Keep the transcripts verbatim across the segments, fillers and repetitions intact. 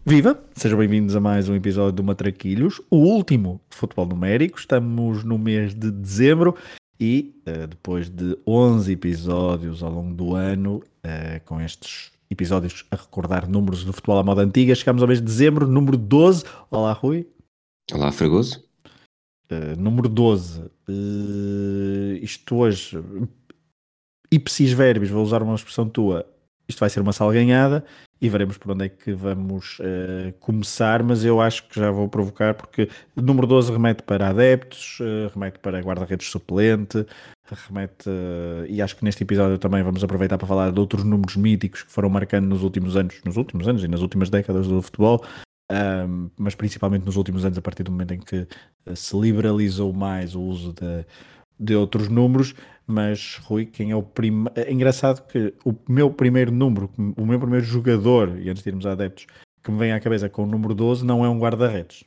Viva! Sejam bem-vindos a mais um episódio do Matraquilhos, o último de futebol numérico. Estamos no mês de dezembro e, uh, depois de onze episódios ao longo do ano, uh, com estes episódios a recordar números do futebol à moda antiga, chegamos ao mês de dezembro, número doze. Olá, Rui. Olá, Fragoso. Uh, número doze. Uh, isto hoje, ipsis verbis, vou usar uma expressão tua, isto vai ser uma salganhada e veremos por onde é que vamos uh, começar, mas eu acho que já vou provocar, porque o número doze remete para adeptos, uh, remete para guarda-redes suplente, remete, uh, e acho que neste episódio também vamos aproveitar para falar de outros números míticos que foram marcando nos últimos anos, nos últimos anos e nas últimas décadas do futebol, um, mas principalmente nos últimos anos, a partir do momento em que uh, se liberalizou mais o uso de, de outros números. Mas, Rui, quem é o primeiro... É engraçado que o meu primeiro número, o meu primeiro jogador, e antes de irmos a adeptos, que me vem à cabeça com o número doze, não é um guarda-redes.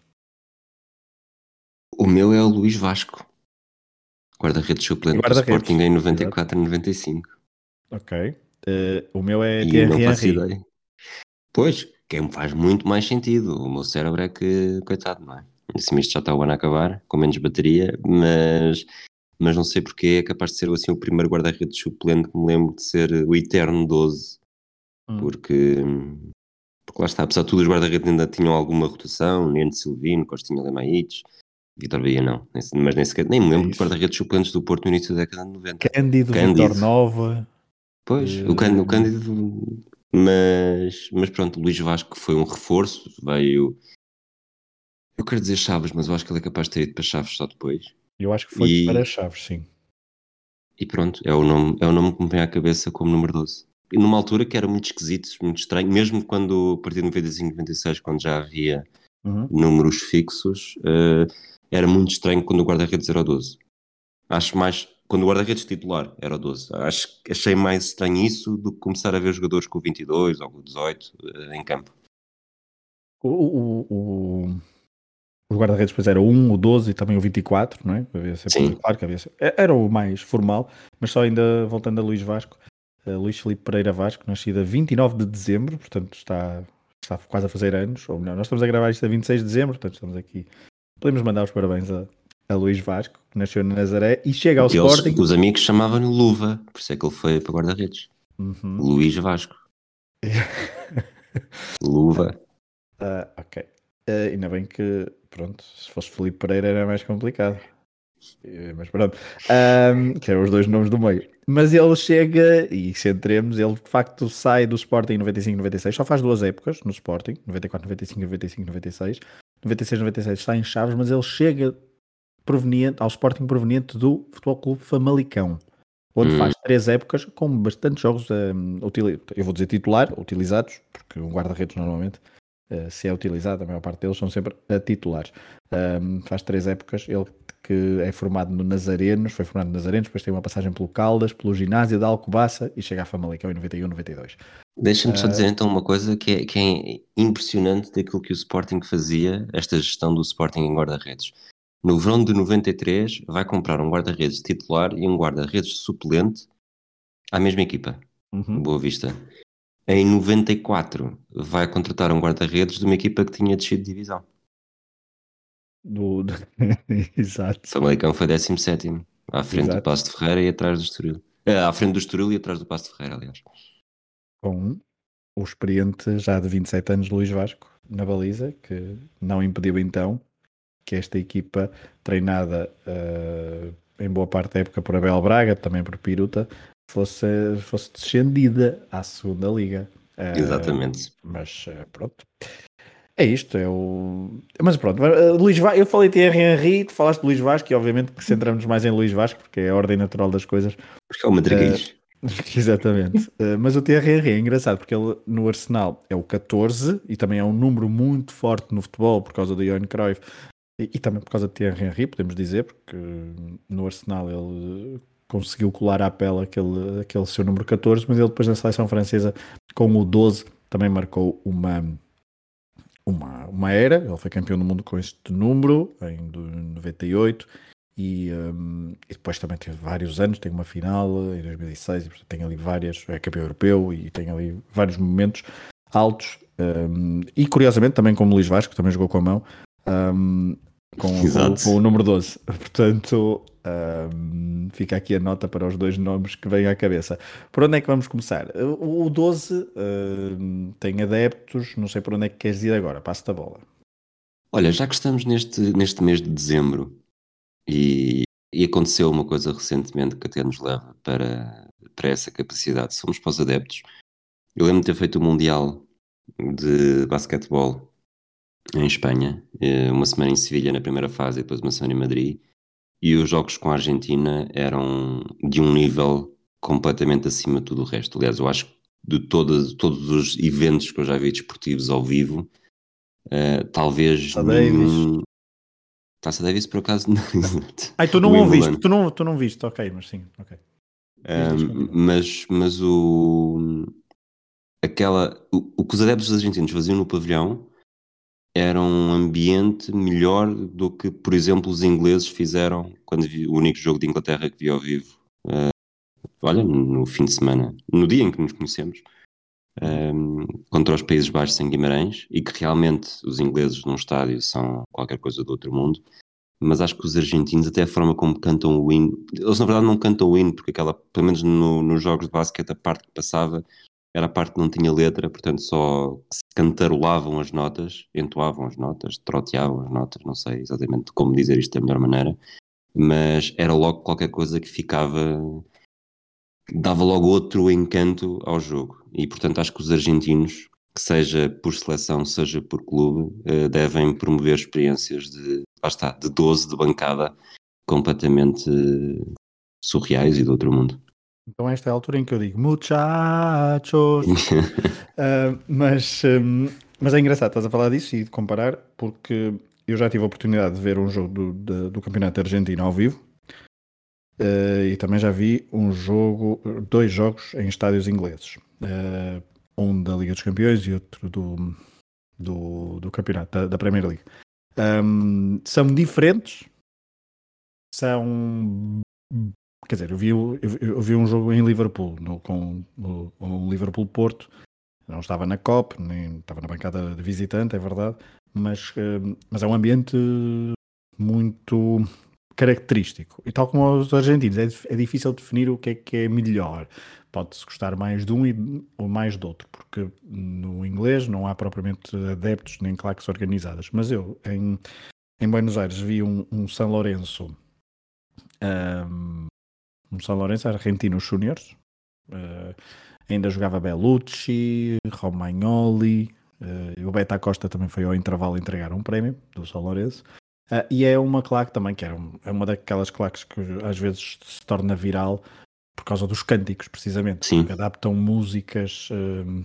O meu é o Luís Vasco, guarda-redes suplente do Sporting em noventa e quatro e noventa e cinco. Ok. Uh, o meu é e Thierry não faço Henry. ideia. Pois, que faz muito mais sentido. O meu cérebro é que, coitado, não é? Assim, isto já está o ano a acabar, com menos bateria, mas... mas não sei porque é capaz de ser assim o primeiro guarda-redes suplente que me lembro de ser o eterno doze, hum. porque, porque lá está, apesar de tudo os guarda-redes ainda tinham alguma rotação, Nene Silvino, Costinha Lemaites, Vitor Bahia não, mas nem sequer, nem me lembro é de guarda-redes suplentes do Porto no início da década de noventa. Cândido, Cândido. Vitor Nova. Pois, uh... o Cândido, o Cândido, mas, mas pronto, Luís Vasco foi um reforço, veio, eu quero dizer Chaves, mas eu acho que ele é capaz de ter ido para Chaves só depois. Eu acho que foi e... para Chaves, sim. E pronto, é o, nome, é o nome que me vem à cabeça como número doze. E numa altura que era muito esquisito, muito estranho, mesmo quando, a partir de noventa e cinco, noventa e seis, quando já havia uhum. números fixos, uh, era muito estranho quando o guarda-redes era o doze. Acho mais, quando o guarda-redes titular era o doze, acho, achei mais estranho isso do que começar a ver jogadores com o vinte e dois ou com o dezoito uh, em campo. O... o, o... Os guarda-redes depois era o um, o doze e também o vinte e quatro, não é? Havia sempre, Sim. Claro que havia sempre, era o mais formal, mas só ainda voltando a Luís Vasco, uh, Luís Filipe Pereira Vasco, nascido a vinte e nove de dezembro, portanto está, está quase a fazer anos, ou melhor, nós estamos a gravar isto a vinte e seis de dezembro, portanto estamos aqui, podemos mandar os parabéns a, a Luís Vasco, que nasceu na Nazaré e chega ao Eles, Sporting. Os amigos chamavam-lhe Luva, por isso é que ele foi para guarda-redes. Uhum. Luís Vasco. Luva. Uh, ok. Uh, ainda bem que, pronto, se fosse Filipe Pereira era mais complicado. Mas pronto, um, que eram os dois nomes do meio. Mas ele chega, e centremos, ele de facto sai do Sporting em noventa e cinco, noventa e seis, só faz duas épocas no Sporting, noventa e quatro, noventa e cinco, noventa e cinco, noventa e seis. noventa e seis, noventa e seis está em Chaves, mas ele chega proveniente, ao Sporting proveniente do Futebol Clube Famalicão, onde hum. faz três épocas com bastantes jogos, um, utili- eu vou dizer titular, utilizados, porque um guarda-redes normalmente, uh, se é utilizado, a maior parte deles são sempre uh, titulares. Um, faz três épocas, ele que é formado no Nazarenos, foi formado no Nazarenos, depois tem uma passagem pelo Caldas, pelo Ginásio da Alcobaça e chega a Famalicão em noventa e um, noventa e dois. Deixa-me uh, só dizer então uma coisa que é, que é impressionante daquilo que o Sporting fazia, esta gestão do Sporting em guarda-redes. No verão de noventa e três vai comprar um guarda-redes titular e um guarda-redes suplente à mesma equipa, uhum. Boa Vista. Em noventa e quatro vai contratar um guarda-redes de uma equipa que tinha descido de divisão. Do... Exato. O Famalicão foi décimo sétimo, à frente Exato. do Paço de Ferreira e atrás do Estoril. É, à frente do Estoril e atrás do Paço de Ferreira, aliás. Com o experiente já de vinte e sete anos Luís Vasco na baliza, que não impediu então que esta equipa, treinada uh, em boa parte da época por Abel Braga, também por Piruta, fosse, fosse descendida à segunda liga. Uh, Exatamente. Mas uh, pronto. É isto, é o... Mas pronto, uh, Luís Vasco, eu falei de Thierry Henry, tu falaste de Luís Vasco, e obviamente que centramos mais em Luís Vasco, porque é a ordem natural das coisas. Porque é o Matraquilhos. Uh, exatamente. uh, mas o Thierry Henry é engraçado, porque ele no Arsenal é o catorze, e também é um número muito forte no futebol, por causa do Johan Cruyff, e, e também por causa de Thierry Henry, podemos dizer, porque no Arsenal ele conseguiu colar à pele aquele, aquele seu número catorze, mas ele depois na seleção francesa, com o doze, também marcou uma... Uma, uma era, ele foi campeão do mundo com este número em noventa e oito e, um, e depois também teve vários anos, tem uma final em dois mil e seis, e, portanto, tem ali várias, é campeão europeu e tem ali vários momentos, altos, um, e curiosamente também como Luís Vasco, também jogou com a mão, um, com, com, com o número doze. Portanto, um, fica aqui a nota para os dois nomes que vêm à cabeça. Por onde é que vamos começar? O, o doze um, tem adeptos, não sei por onde é que queres ir agora, passo-te a bola. Olha, já que estamos neste, neste mês de dezembro e, e aconteceu uma coisa recentemente que até nos leva para, para essa capacidade, somos para os adeptos. Eu lembro de ter feito o Mundial de basquetebol em Espanha, uma semana em Sevilha na primeira fase e depois uma semana em Madrid, e os jogos com a Argentina eram de um nível completamente acima de tudo o resto. Aliás, eu acho que de todos, todos os eventos que eu já vi desportivos ao vivo, uh, talvez Taça nenhum... Davis. Taça Davis, por acaso, não. Ai, tu não ouviste, tu não, tu não viste, ok, mas sim, ok. Diz, diz, Um, mas, mas o... Aquela... O, o que os adeptos argentinos faziam no pavilhão era um ambiente melhor do que, por exemplo, os ingleses fizeram quando vi o único jogo de Inglaterra que vi ao vivo. Uh, olha, no fim de semana, no dia em que nos conhecemos, um, contra os Países Baixos em Guimarães, e que realmente os ingleses num estádio são qualquer coisa do outro mundo, mas acho que os argentinos, até a forma como cantam o hino, eles na verdade não cantam o hino, porque aquela, pelo menos no, nos jogos de basquete, a parte que passava era a parte que não tinha letra, portanto só se cantarolavam as notas, entoavam as notas, troteavam as notas, não sei exatamente como dizer isto da melhor maneira, mas era logo qualquer coisa que ficava, dava logo outro encanto ao jogo. E portanto acho que os argentinos, que seja por seleção, seja por clube, devem promover experiências de, lá está, de doze, de bancada, completamente surreais e do outro mundo. Então esta é a altura em que eu digo muchachos. uh, mas, um, mas é engraçado, estás a falar disso e de comparar, porque eu já tive a oportunidade de ver um jogo do, do, do Campeonato Argentino ao vivo, uh, e também já vi um jogo, dois jogos em estádios ingleses, uh, um da Liga dos Campeões e outro do, do, do Campeonato da, da Premier League. Um, são diferentes, são... Quer dizer, eu vi, eu, eu vi um jogo em Liverpool, no, com o, o Liverpool-Porto. Não estava na C O P, nem estava na bancada de visitante, é verdade, mas, mas é um ambiente muito característico. E tal como os argentinos, é, é difícil definir o que é que é melhor. Pode-se gostar mais de um e, ou mais do outro, porque no inglês não há propriamente adeptos nem claques organizadas. Mas eu, em, em Buenos Aires, vi um, um São Lourenço... Um, um São Lourenço Argentinos Júniors, uh, ainda jogava Bellucci, Romagnoli, uh, o Beta Acosta também foi ao intervalo entregar um prémio do São Lourenço, uh, e é uma claque também que era um, é uma daquelas claques que às vezes se torna viral por causa dos cânticos, precisamente. Sim. Porque adaptam músicas uh,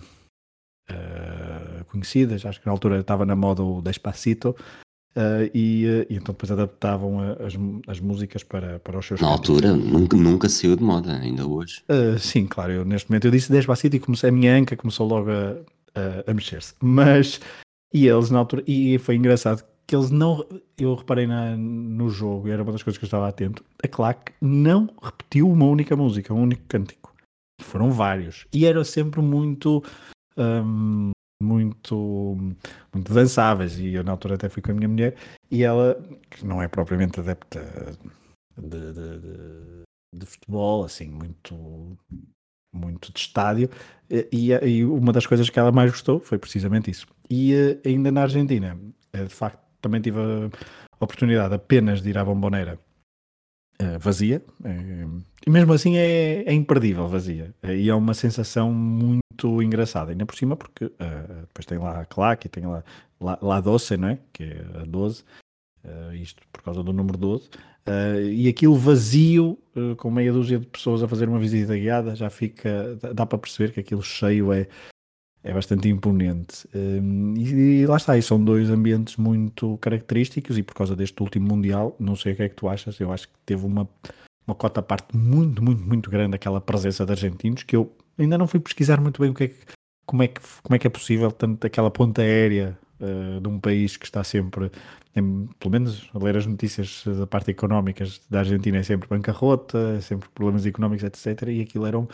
uh, conhecidas. Acho que na altura estava na moda o Despacito. Uh, e, uh, e então depois adaptavam a, as, as músicas para, para os seus Na cânticos. altura nunca, nunca saiu de moda, ainda hoje. Uh, sim, claro, eu neste momento eu disse Despacito e comecei, a minha anca começou logo a, a, a mexer-se. Mas, e eles na altura, e foi engraçado que eles não, eu reparei na, no jogo, e era uma das coisas que eu estava atento, a claque não repetiu uma única música, um único cântico. Foram vários. E era sempre muito... Um, muito muito dançáveis, e eu na altura até fui com a minha mulher e ela, que não é propriamente adepta de, de, de, de futebol, assim, muito muito de estádio, e, e uma das coisas que ela mais gostou foi precisamente isso. E ainda na Argentina, de facto, também tive a oportunidade apenas de ir à Bombonera vazia, e mesmo assim é, é imperdível vazia, e é uma sensação muito engraçada, ainda por cima porque uh, depois tem lá a claque, tem lá, lá, lá a doze, não é? Que é a doze, uh, isto por causa do número doze, uh, e aquilo vazio, uh, com meia dúzia de pessoas a fazer uma visita guiada, já fica, dá para perceber que aquilo cheio é É bastante imponente. Um, e, e lá está, e são dois ambientes muito característicos, e por causa deste último Mundial, não sei o que é que tu achas, eu acho que teve uma, uma cota à parte muito, muito, muito grande aquela presença de argentinos, que eu ainda não fui pesquisar muito bem o que é que, como, é que, como é que é possível, tanto aquela ponta aérea uh, de um país que está sempre, em, pelo menos a ler as notícias da parte económicas da Argentina, é sempre bancarrota, é sempre problemas económicos, etcétera. E aquilo eram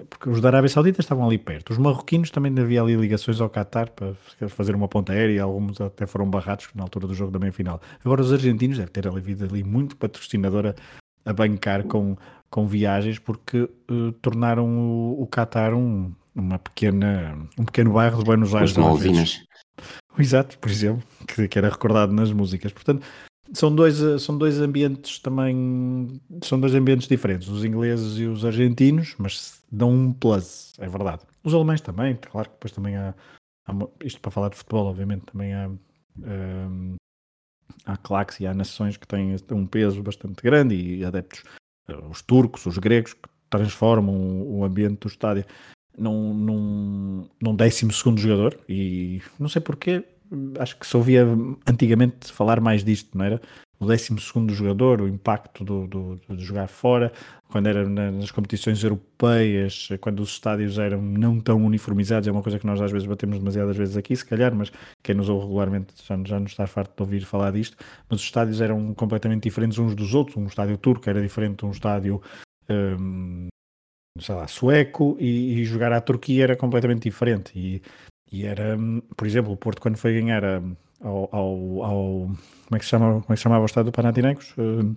porque os da Arábia Saudita estavam ali perto. Os marroquinos também havia ali ligações ao Qatar para fazer uma ponta aérea, alguns até foram barrados na altura do jogo da meia-final. Agora os argentinos devem ter havido ali muito patrocinador a, a bancar com, com viagens, porque uh, tornaram o, o Qatar um, uma pequena, um pequeno bairro de Buenos Aires. As Malvinas. Exato, por exemplo, que, que era recordado nas músicas. Portanto, são dois, são dois ambientes também, são dois ambientes diferentes, os ingleses e os argentinos, mas dão um plus, é verdade. Os alemães também, claro que depois também há, há isto para falar de futebol, obviamente, também há, hum, há claques e há nações que têm um peso bastante grande e adeptos, os turcos, os gregos, que transformam o ambiente do estádio num, num, num décimo segundo jogador, e não sei porquê, acho que se ouvia antigamente falar mais disto, não era? O décimo segundo jogador, o impacto do, do, de jogar fora, quando era nas competições europeias, quando os estádios eram não tão uniformizados, é uma coisa que nós às vezes batemos demasiadas vezes aqui, se calhar, mas quem nos ouve regularmente já, já nos está farto de ouvir falar disto, mas os estádios eram completamente diferentes uns dos outros, um estádio turco era diferente de um estádio hum, sei lá, sueco, e, e jogar à Turquia era completamente diferente, e, e era, por exemplo, o Porto quando foi ganhar a, ao, ao, ao como é que se chama, como é que se chamava o estádio do Panathinaikos? Uh,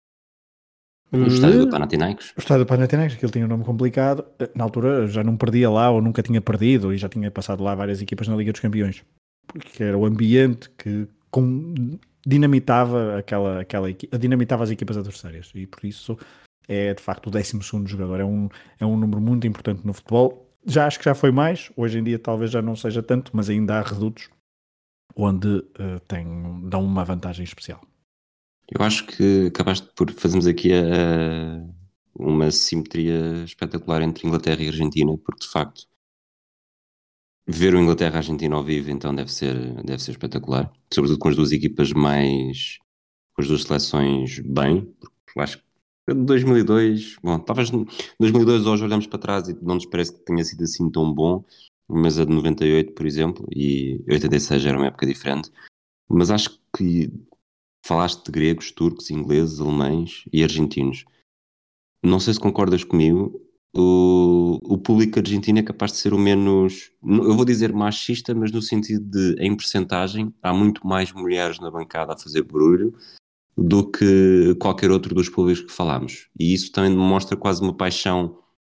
O estádio do Panathinaikos? O estádio do Panathinaikos, aquilo tinha um nome complicado, na altura já não perdia lá, ou nunca tinha perdido, e já tinha passado lá várias equipas na Liga dos Campeões, porque era o ambiente que com, dinamitava aquela, aquela equipa, dinamitava as equipas adversárias, e por isso é de facto o décimo segundo jogador, é um, é um número muito importante no futebol. Já acho que já foi mais, hoje em dia talvez já não seja tanto, mas ainda há redutos onde uh, tem, dão uma vantagem especial. Eu acho que acabaste por fazermos aqui a, uma simetria espetacular entre Inglaterra e Argentina, porque de facto ver o Inglaterra-Argentina ao vivo então deve ser, deve ser espetacular, sobretudo com as duas equipas mais, com as duas seleções bem, porque acho que dois mil e dois, bom, talvez dois mil e dois hoje olhamos para trás e não nos parece que tenha sido assim tão bom, mas a de noventa e oito, por exemplo, e oitenta e seis era uma época diferente, mas acho que falaste de gregos, turcos, ingleses, alemães e argentinos. Não sei se concordas comigo, o, o público argentino é capaz de ser o menos, eu vou dizer machista, mas no sentido de, em percentagem, há muito mais mulheres na bancada a fazer barulho do que qualquer outro dos públicos que falámos. E isso também demonstra quase uma paixão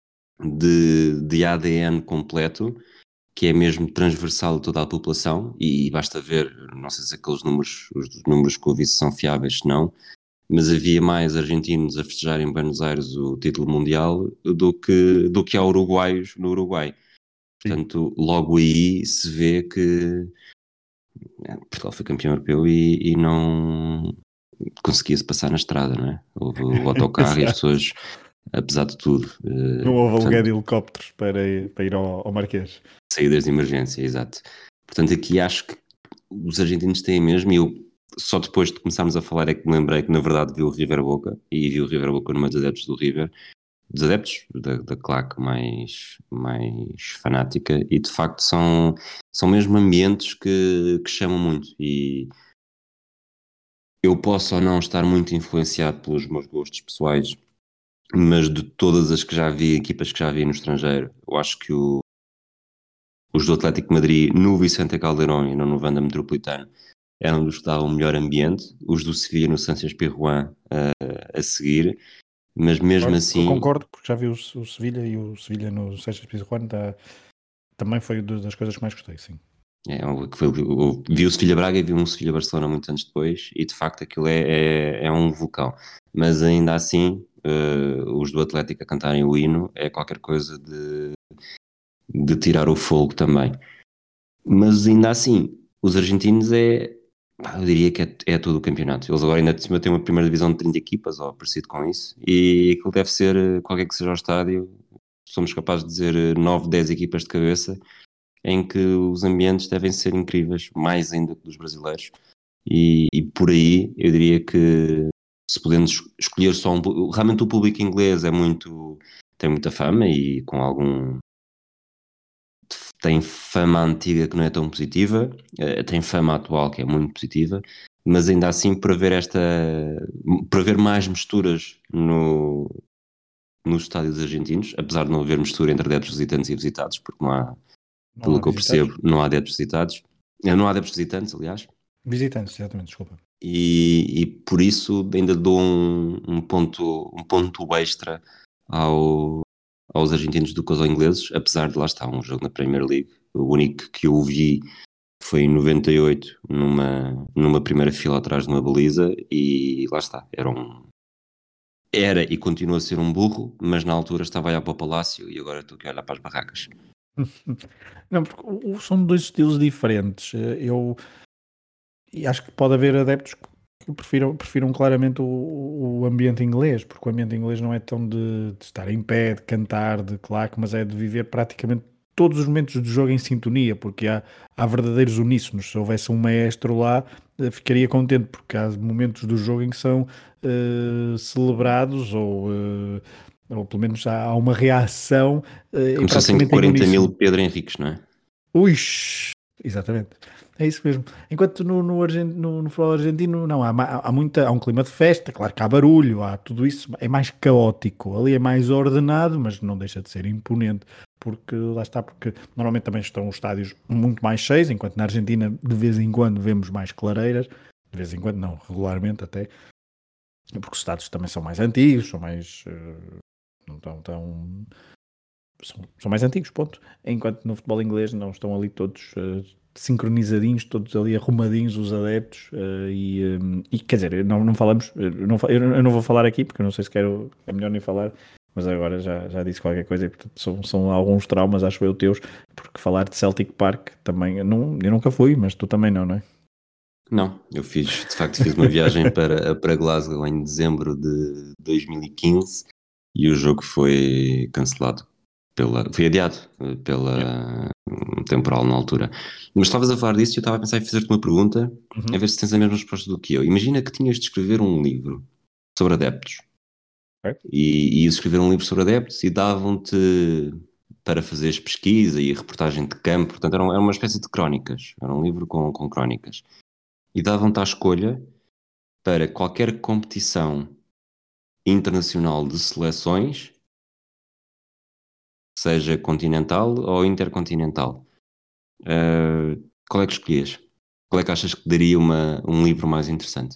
de, de A D N completo, que é mesmo transversal a toda a população, e basta ver, não sei se aqueles números, os números que eu vi são fiáveis, se não, mas havia mais argentinos a festejar em Buenos Aires o título mundial do que, do que há uruguaios no Uruguai. Portanto, Sim. Logo aí se vê que Portugal foi campeão europeu e, e não conseguia-se passar na estrada, não é? Houve o autocarro e as pessoas, apesar de tudo... Não houve aluguer de helicópteros para ir, para ir ao, ao Marquês. Saídas de emergência, exato. Portanto, aqui acho que os argentinos têm mesmo, e eu só depois de começarmos a falar é que me lembrei que na verdade vi o River Boca, e vi o River Boca numa dos adeptos do River, dos adeptos da, da claque mais, mais fanática, e de facto são, são mesmo ambientes que, que chamam muito, e eu posso ou não estar muito influenciado pelos meus gostos pessoais, mas de todas as que já vi, equipas que já vi no estrangeiro, eu acho que o, os do Atlético de Madrid no Vicente Calderón e no Wanda Metropolitano eram dos que davam o melhor ambiente, os do Sevilha no Sánchez Pizjuán uh, a seguir, mas mesmo Concordo, assim... Eu concordo, porque já vi o, o Sevilha, e o Sevilha no Sánchez Pizjuán tá, também foi das coisas que mais gostei, sim. É, foi, eu vi o Sevilha Braga e vi um Sevilha Barcelona muitos anos depois, e de facto aquilo é, é, é um vulcão, mas ainda assim uh, os do Atlético a cantarem o hino é qualquer coisa de, de tirar o fogo também. Mas ainda assim, os argentinos é, eu diria que é, é todo o campeonato. Eles agora ainda de cima têm uma primeira divisão de trinta equipas, ou parecido com isso, e aquilo deve ser, qualquer que seja o estádio, somos capazes de dizer nove, dez equipas de cabeça, em que os ambientes devem ser incríveis, mais ainda que dos brasileiros. E, e por aí, eu diria que se podemos escolher só um... Realmente o público inglês é muito... tem muita fama e com algum... tem fama antiga que não é tão positiva, tem fama atual que é muito positiva, mas ainda assim para ver esta, para ver mais misturas no, nos estádios argentinos, apesar de não haver mistura entre adeptos visitantes e visitados, porque não há, Não pelo há que eu visitados? percebo, não há adeptos visitados. Eh, Não há adeptos visitantes, aliás. Visitantes, exatamente, desculpa. E, e por isso ainda dou um, um ponto, um ponto extra ao, aos argentinos do que aos ingleses, apesar de lá estar um jogo na Premier League. O único que eu vi foi em noventa e oito, numa, numa primeira fila atrás de uma baliza, e lá está, era um, era e continua a ser um burro, mas na altura estava a olhar para o palácio e agora estou aqui a olhar para as barracas. Não, porque o- o- são dois estilos diferentes. Eh, Eu e acho que pode haver adeptos que prefiram, prefiram claramente o, o ambiente inglês, porque o ambiente inglês não é tão de, de estar em pé, de cantar, de claque, mas é de viver praticamente todos os momentos do jogo em sintonia, porque há, há verdadeiros uníssonos. Se houvesse um maestro lá, eh, ficaria contente, porque há momentos do jogo em que são eh, celebrados ou, eh, ou pelo menos há, há uma reação eh, e Como se fossem praticamente em quarenta mil uníssono. Pedro Henriques, não é? Ui, exatamente. É isso mesmo. Enquanto no, no, argen- no- no futebol argentino, não, há, ma- há muita, há um clima de festa, claro que há barulho, há tudo isso, é mais caótico. Ali é mais ordenado, mas não deixa de ser imponente, porque lá está, porque normalmente também estão os estádios muito mais cheios, enquanto na Argentina de vez em quando vemos mais clareiras, de vez em quando não, regularmente até, porque os estádios também são mais antigos, são mais, eh, não tão, tão são, são mais antigos, ponto. Enquanto no futebol inglês não estão ali todos uh, sincronizadinhos, todos ali arrumadinhos, os adeptos. Uh, e, um, e quer dizer, não, não falamos, eu não, eu, não, eu não vou falar aqui porque eu não sei se quero, é melhor nem falar. Mas agora já, já disse qualquer coisa e portanto são, são alguns traumas, acho eu, teus, porque falar de Celtic Park também, eu, não, eu nunca fui, mas tu também não, não é? Não, eu fiz, de facto, fiz uma viagem para, para Glasgow em dezembro de dois mil e quinze e o jogo foi cancelado, pela, foi adiado eh, Yeah. pela hum, temporal na altura. Mas estavas a falar disso e eu estava a pensar em fazer-te uma pergunta, a Uhum. ver se tens a mesma resposta do que eu. Imagina que tinhas de escrever um livro sobre adeptos Ok. e, e ias escrever um livro sobre adeptos e davam-te para fazeres pesquisa e reportagem de campo, portanto era, um- era uma espécie de crónicas, era um livro com, com crónicas. E davam-te à escolha para qualquer competição internacional de seleções, seja continental ou intercontinental. Uh, qual é que escolhias? Qual é que achas que daria uma, um livro mais interessante?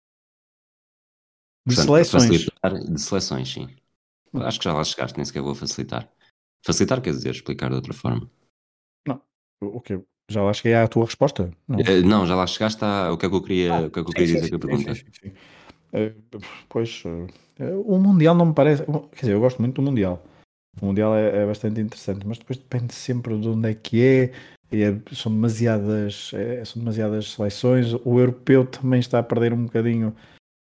De Portanto, para seleções. facilitar, de seleções, sim. Hum, Acho que já lá chegaste, nem sequer vou facilitar. Facilitar quer dizer explicar de outra forma. Não. O que já lá cheguei à tua resposta? Não. Uh, não, já lá chegaste a, o que é que eu Ah, queria, o que é que eu sim, queria sim, dizer com a sim, sim, pergunta. sim, sim, sim. Eh, pois, eh, o Mundial não me parece. Quer dizer, eu gosto muito do Mundial. O Mundial é, é bastante interessante, mas depois depende sempre de onde é que é. E é- são demasiadas, é, são demasiadas seleções. O europeu também está a perder um bocadinho,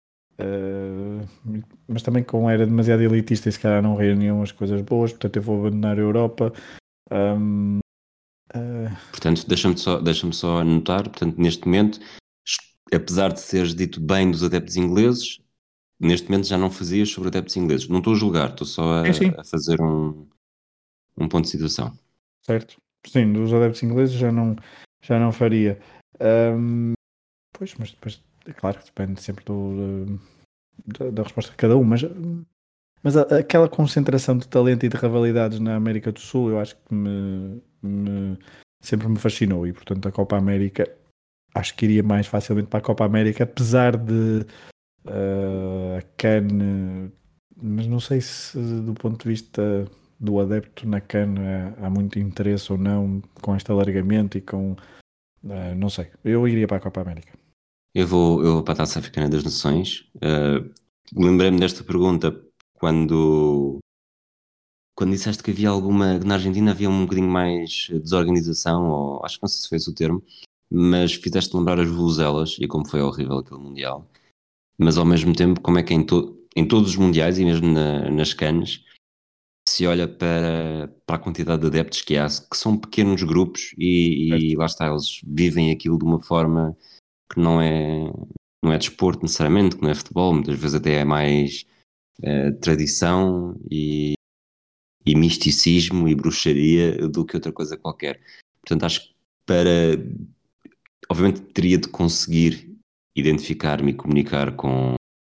eh, mas também com era demasiado elitista e se calhar não reuniam as coisas boas. Portanto, eu vou abandonar a Europa. Ahm, eh, Portanto, deixa-me só, deixa-me só anotar, portanto, neste momento, es- apesar de seres dito bem dos adeptos ingleses, neste momento já não fazias sobre adeptos ingleses. Não estou a julgar, estou só sim, sim, a, a fazer um, um ponto de situação. certo. Sim, dos adeptos ingleses já não, já não faria. Ahm, pois, mas depois, é claro que depende sempre do, da, da resposta de cada um, mas, mas a- aquela concentração de talento e de rivalidades na América do Sul eu acho que me, me- sempre me fascinou e portanto a Copa América acho que iria mais facilmente para a Copa América, apesar de eh, a CAN, mas não sei se do ponto de vista do adepto na CAN eh, há muito interesse ou não com este alargamento e com eh, não sei, eu iria para a Copa América. Eu vou, eu vou para a Taça Africana das Nações. Uh, lembrei-me desta pergunta quando, quando disseste que havia alguma, que na Argentina havia um bocadinho mais desorganização, ou acho que não sei se foi esse o termo, mas fizeste lembrar as vuvuzelas e como foi horrível aquele Mundial. Mas ao mesmo tempo, como é que em, to em todos os mundiais e mesmo na, nas canas se olha para, para a quantidade de adeptos que há, que são pequenos grupos e, Certo. e lá está, eles vivem aquilo de uma forma que não é, não é desporto necessariamente, que não é futebol, muitas vezes até é mais eh, tradição e, e misticismo e bruxaria do que outra coisa qualquer. Portanto, acho que para, obviamente teria de conseguir identificar-me e comunicar com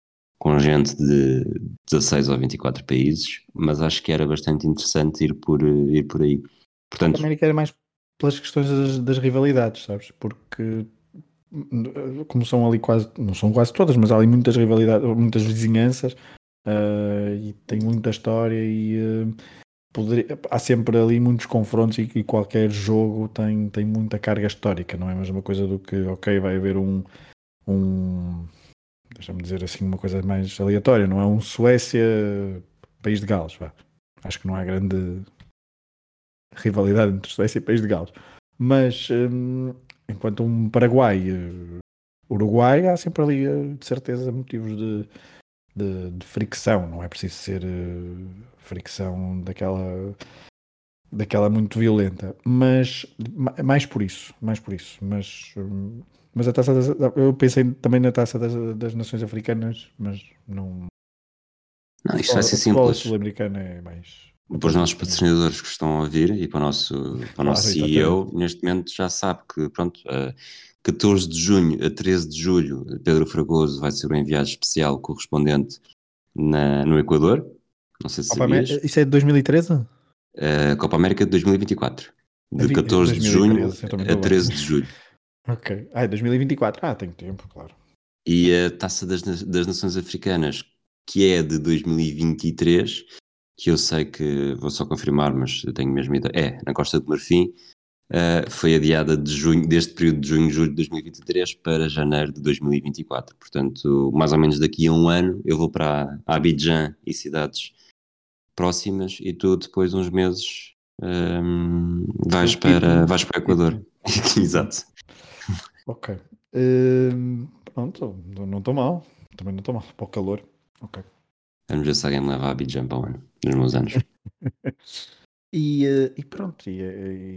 com gente de dezasseis ou vinte e quatro países, mas acho que era bastante interessante ir por, ir por aí. Portanto, A América era mais pelas questões das, das rivalidades, sabes? Porque como são ali quase, não são quase todas, mas há ali muitas rivalidades, muitas vizinhanças, uh, e tem muita história e uh, poderia, há sempre ali muitos confrontos e, e qualquer jogo tem, tem muita carga histórica, não é a mesma coisa do que, ok, vai haver um, um deixa-me dizer assim uma coisa mais aleatória, não é um Suécia, País de Gales, vá. Acho que não há grande rivalidade entre Suécia e País de Gales, mas um, enquanto um Paraguai, uh, Uruguai, há sempre ali, uh, de certeza, motivos de, de, de fricção, não é preciso ser uh, fricção daquela daquela muito violenta, mas mais por isso, mais por isso, mas um, mas a taça das, eu pensei também na taça das, das Nações Africanas, mas não. não, O isto vai futebol, ser o futebol simples. sul-americano é mais Para os nossos completamente. patrocinadores que estão a ouvir e para o nosso, para o nosso Claro, exatamente. C E O, neste momento já sabe que, pronto, a catorze de junho a treze de julho, Pedro Fragoso vai ser o enviado especial correspondente na, no Equador. Não sei se Copa Amé- sabias. Isso é de dois mil e treze? A Copa América de dois mil e vinte e quatro, A de vi- catorze de junho dois mil e treze, eu também a estou bem. treze de julho. Ok. Ah, é dois mil e vinte e quatro. Ah, tenho tempo, claro. E a Taça das, das Nações Africanas, que é de dois mil e vinte e três, que eu sei que vou só confirmar, mas eu tenho mesmo ideia, é na Costa do Marfim, uh, foi adiada de junho, deste período de junho, julho de dois mil e vinte e três para janeiro de dois mil e vinte e quatro. Portanto, mais ou menos daqui a um ano eu vou para Abidjan e cidades próximas e tu depois uns meses um, vais, Eu quito-me. para, vais para o Equador. Quito-me. Quito-me. Exato. Ok. Hum, pronto, não estou mal. Também não estou mal. Para o calor. Ok. Vamos ver se alguém me leva a Abidjan para o ano, nos meus anos. E, eh, e pronto, e,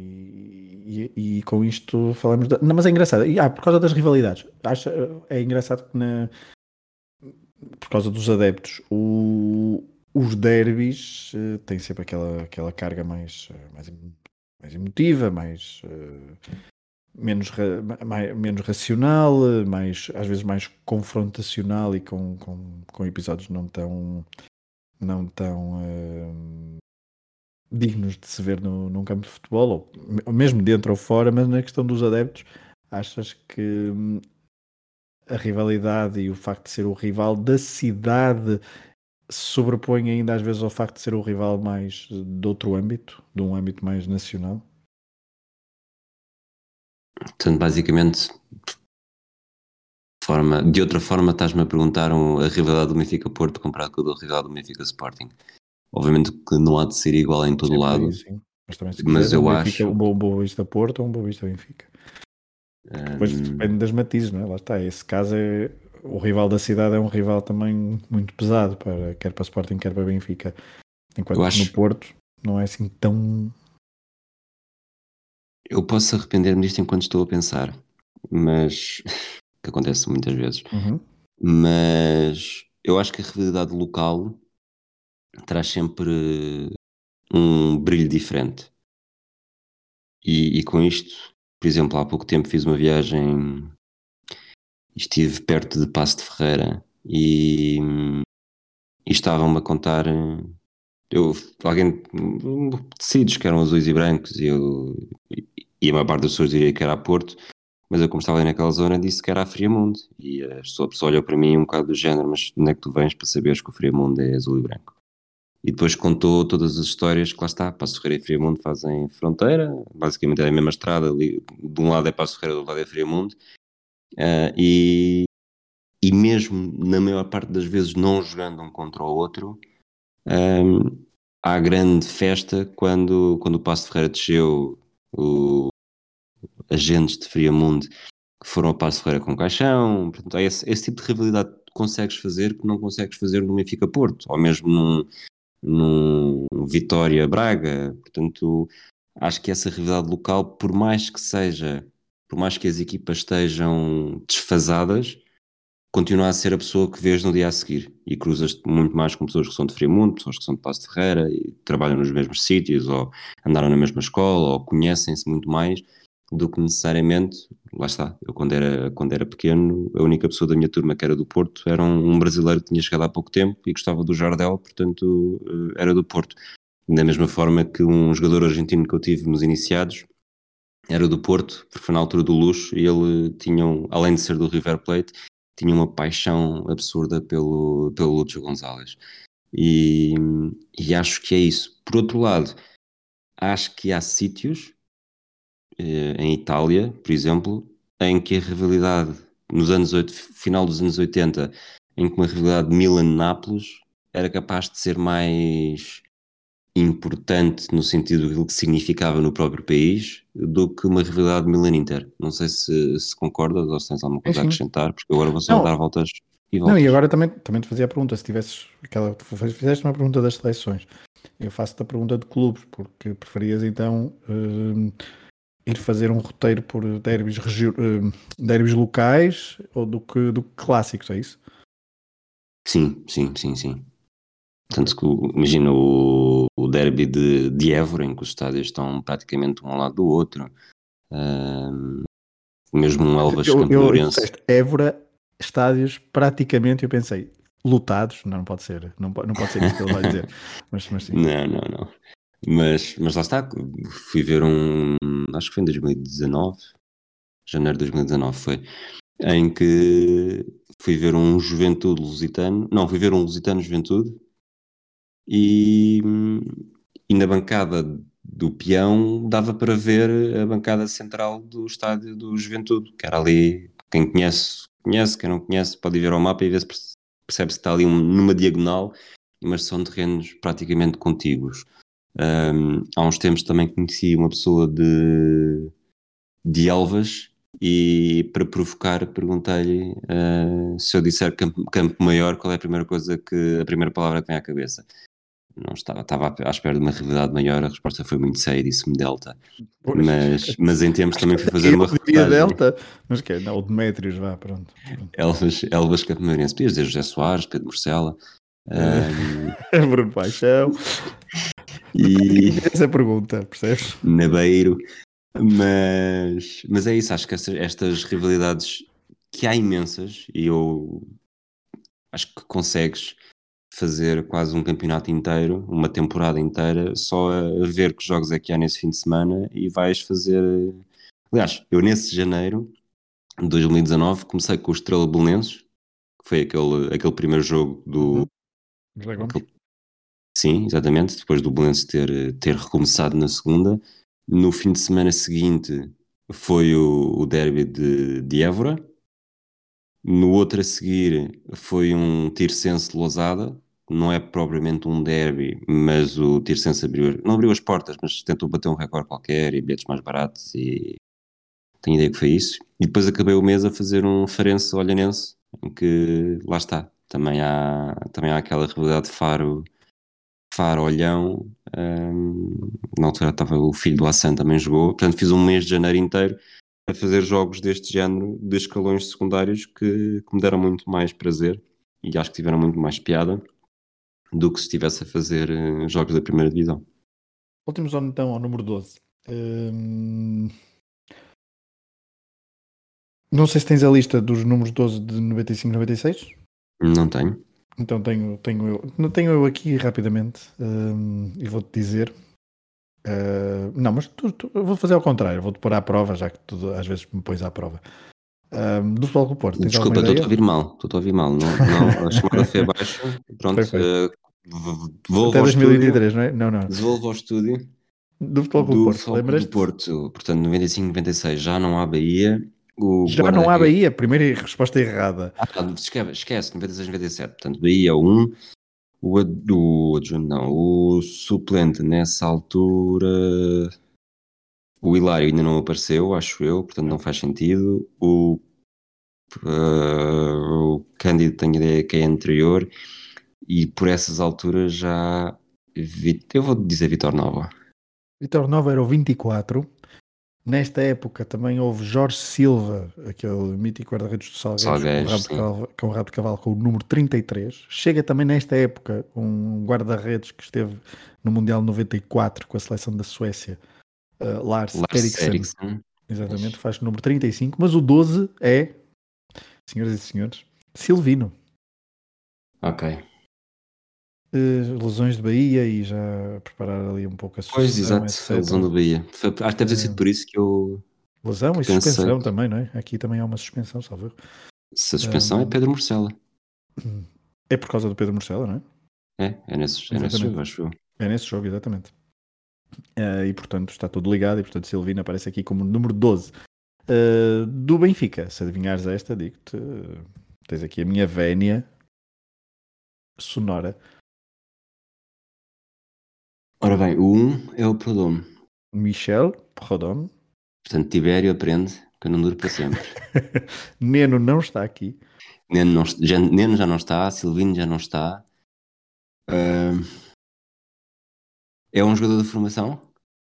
e- e- e com isto falamos da. Não, mas é engraçado. E, ah, por causa das rivalidades. Acha, é engraçado que na, por causa dos adeptos, o- os derbys eh, têm sempre aquela, aquela carga mais, eh, mais, em- mais emotiva, mais, eh, menos, ra- mais, menos racional, eh, mais, às vezes mais confrontacional e com, com, com episódios não tão, não tão eh, dignos de se ver no, num campo de futebol, ou me- mesmo dentro ou fora, mas na questão dos adeptos, achas que hum, a rivalidade e o facto de ser o rival da cidade se sobrepõe ainda às vezes ao facto de ser o rival mais de outro âmbito, de um âmbito mais nacional? Portanto, basicamente, forma, de outra forma, estás-me a perguntar um, a rivalidade do Benfica-Porto comparado com a rivalidade do Benfica-Sporting. Obviamente que não há de ser igual em todo Sim, por aí lado, sim. Mas também se mas quiseres um eu Benfica, um acho. bom Boa Vista Porto ou um Boa Vista Benfica. Porque depois hum, depende das matizes, não é? Lá está. Esse caso é o rival da cidade, é um rival também muito pesado para quer para Sporting, quer para Benfica. eu Enquanto que no acho. Porto não é assim tão. Eu posso arrepender-me disto enquanto estou a pensar, mas. que acontece muitas vezes. Uhum. Mas eu acho que a rivalidade local traz sempre um brilho diferente. E, e com isto, por exemplo, há pouco tempo fiz uma viagem, estive perto de Paço de Ferreira e, e estavam-me a contar, eu, alguém, tecidos que eram azuis e brancos e, eu, e a maior parte das pessoas diria que era a Porto, mas eu como estava ali naquela zona disse que era a Friamundo e a pessoa, a pessoa olhou para mim um bocado do género, mas onde é que tu vens para saberes que o Friamundo é azul e branco? E depois contou todas as histórias que lá está, Paço Ferreira e Friamundo fazem fronteira, basicamente é a mesma estrada, ali, de um lado é Paço Ferreira, do outro lado é Friamundo, uh, e, e mesmo na maior parte das vezes não jogando um contra o outro, um, há grande festa quando, quando o Paço de Ferreira desceu, o, agentes de Friamundo que foram ao Paço de Ferreira com caixão, portanto, há esse, esse tipo de rivalidade que consegues fazer que não consegues fazer no Benfica Porto, ou mesmo num num Vitória Braga, portanto acho que essa rivalidade local, por mais que seja, por mais que as equipas estejam desfasadas, continua a ser a pessoa que vês no dia a seguir e cruzas muito mais com pessoas que são de Friamundo, pessoas que são de Paço de Ferreira e trabalham nos mesmos sítios ou andaram na mesma escola ou conhecem-se muito mais do que necessariamente, lá está, eu quando era, quando era pequeno, a única pessoa da minha turma que era do Porto era um, um brasileiro que tinha chegado há pouco tempo e gostava do Jardel, portanto eh, era do Porto. Da mesma forma que um jogador argentino que eu tive nos iniciados era do Porto, porque foi na altura do luxo, e ele tinha, um, além de ser do River Plate, tinha uma paixão absurda pelo, pelo Lúcio Gonzalez. E, e acho que é isso. Por outro lado, acho que há sítios, eh, em Itália, por exemplo, em que a rivalidade, nos anos oito, final dos anos oitenta, em que uma rivalidade de Milan-Nápoles era capaz de ser mais importante no sentido do que significava no próprio país do que uma rivalidade Milan-Inter. Não sei se, se concordas ou se tens alguma coisa a Enfim. acrescentar, porque agora vou só Não, dar voltas e não, voltas. e agora também, também te fazia a pergunta, se tivesses aquela, tu fizeste uma pergunta das seleções, eu faço-te a pergunta de clubes, porque preferias então hum, ir fazer um roteiro por derbys, regio- hum, derbys locais ou do que, do que clássicos, é isso? Sim, sim, sim, sim. Ok. Tanto que, o- imagina o, o derby de, de Évora, em que os estádios estão praticamente um ao lado do outro. Ahm, mesmo um Elvas Eu, Campo eu, e tu Mourense. disseste Évora, estádios praticamente, eu pensei, lotados, não, não pode ser, não, pode- não pode ser isso que ele vai dizer, mas, mas sim. Não, não, não. Mas, mas lá está, fui ver um, acho que foi em dois mil e dezanove, janeiro de dois mil e dezanove foi, em que fui ver um Juventude Lusitano, não, fui ver um Lusitano Juventude e, e na bancada do peão dava para ver a bancada central do estádio do Juventude, que era ali, quem conhece, conhece, quem não conhece pode ir ver ao mapa e ver se perce- percebe se está ali um- numa diagonal, mas são terrenos praticamente contíguos. Um, há uns tempos também conheci uma pessoa de, de Elvas e para provocar perguntei-lhe uh, se eu disser Campo, Campo Maior, qual é a primeira coisa que, a primeira palavra que vem à cabeça. Não estava, estava à espera de uma realidade maior, a resposta foi muito séria e disse-me Delta. Pois, Mas, mas em tempos acho que também fui até fazer eu uma diria reportagem. Delta, mas que é, não, o Demétrios, vá, pronto. pronto. Elvas, Elvas Campo Mairense. Podias dizer José Soares, Pedro Morcela. Um, Eh, Bruno Paixão. Depende de e quem fez essa pergunta, percebes? Nabeiro. Mas, mas é isso, acho que essa- estas rivalidades que há imensas e eu acho que consegues fazer quase um campeonato inteiro, uma temporada inteira, só a, a ver que jogos é que há nesse fim de semana e vais fazer. Aliás, eu nesse janeiro de dois mil e dezanove comecei com o Estrela Belenenses, que foi aquele, aquele primeiro jogo do. Uhum. Já vamos. Aquele, sim, exatamente, depois do Belenenses ter, ter recomeçado na segunda. No fim de semana seguinte foi o, o derby de, de Évora. No outro a seguir foi um Tirsense-Lousada, não é propriamente um derby, mas o Tirsense abriu, não abriu as portas, mas tentou bater um recorde qualquer e bilhetes mais baratos e tenho ideia que foi isso. E depois acabei o mês a fazer um Farense-Olhanense, em que, lá está, também há, também há aquela rivalidade de Faro, Faro-Olhão, hum, na altura estava o filho do Hassan também jogou, portanto fiz um mês de janeiro inteiro a fazer jogos deste género de escalões secundários que, que me deram muito mais prazer e acho que tiveram muito mais piada do que se estivesse a fazer eh, jogos da primeira divisão. Últimos ano então ao número doze. Hum, não sei se tens a lista dos números doze de noventa e cinco, noventa e seis. Não tenho. Então tenho, tenho eu. Não tenho eu aqui rapidamente. hum, e vou-te dizer. Uh, não, mas tu, tu- eu vou fazer ao contrário. Vou-te pôr à prova, já que tu às vezes me pões à prova. Hum, do Futebol Clube do Porto, tens alguma Desculpa, estou-te a ideia? ouvir mal, estou-te a ouvir mal. Não, não, a chamada foi abaixo. Pronto, Perfeito. eh, v- devolvo Até ao estúdio, dois mil e vinte e três, não é? Não, não. devolvo ao estúdio Do Futebol Clube do do Porto, Futebol Clube do lembras-te? Porto. Portanto, noventa e cinco, noventa e seis já não há Bahia. O Já não há guarda-redes. Bahia. Primeira resposta errada. Ah, esquece, esquece, noventa e seis, noventa e sete. Portanto, Bahia um. O, ad- o adjunto, não, o suplente nessa altura. O Hilário ainda não apareceu, acho eu, portanto não faz sentido. O, eh, o Cândido tenho ideia que é anterior. E por essas alturas já. Vi- Eu vou dizer Vitor Nova. Vitor Nova era o vinte e quatro. Nesta época também houve Jorge Silva, aquele mítico guarda-redes do Salgueiros, com o Salgueiros, rabo de sim. cavalo, com o rabo de cavalo com o número trinta e três. Chega também nesta época um guarda-redes que esteve no Mundial noventa e quatro com a seleção da Suécia, uh, Lars Lars Eriksson, Eriksson. Exatamente, faz número trinta e cinco, mas o doze é, senhoras e senhores, Silvino. Ok. Uh, lesões de Bahia e já preparar ali um pouco a Pois, sucessão, exato, a lesão do etcétera. Bahia. Foi- acho que deve ter sido por isso que eu Lesão que e pensei suspensão que também, não é? Aqui também há uma suspensão, salvo erro. se a suspensão é Um, Pedro Morcela. é por causa do Pedro Morcelo, não é? É, é nesse, é nesse Exatamente. jogo, acho eu. É nesse jogo, exatamente. Uh, e portanto está tudo ligado e portanto Silvino aparece aqui como número doze. Uh, do Benfica, se adivinhares esta, digo-te, uh, tens aqui a minha vénia sonora. Ora bem, o um é o Prodome. Michel Proudhon. Portanto, Tibério aprende que eu não duro para sempre. Neno não está aqui. Neno, não, já, Neno já não está, Silvino já não está. Uh, é um jogador de formação?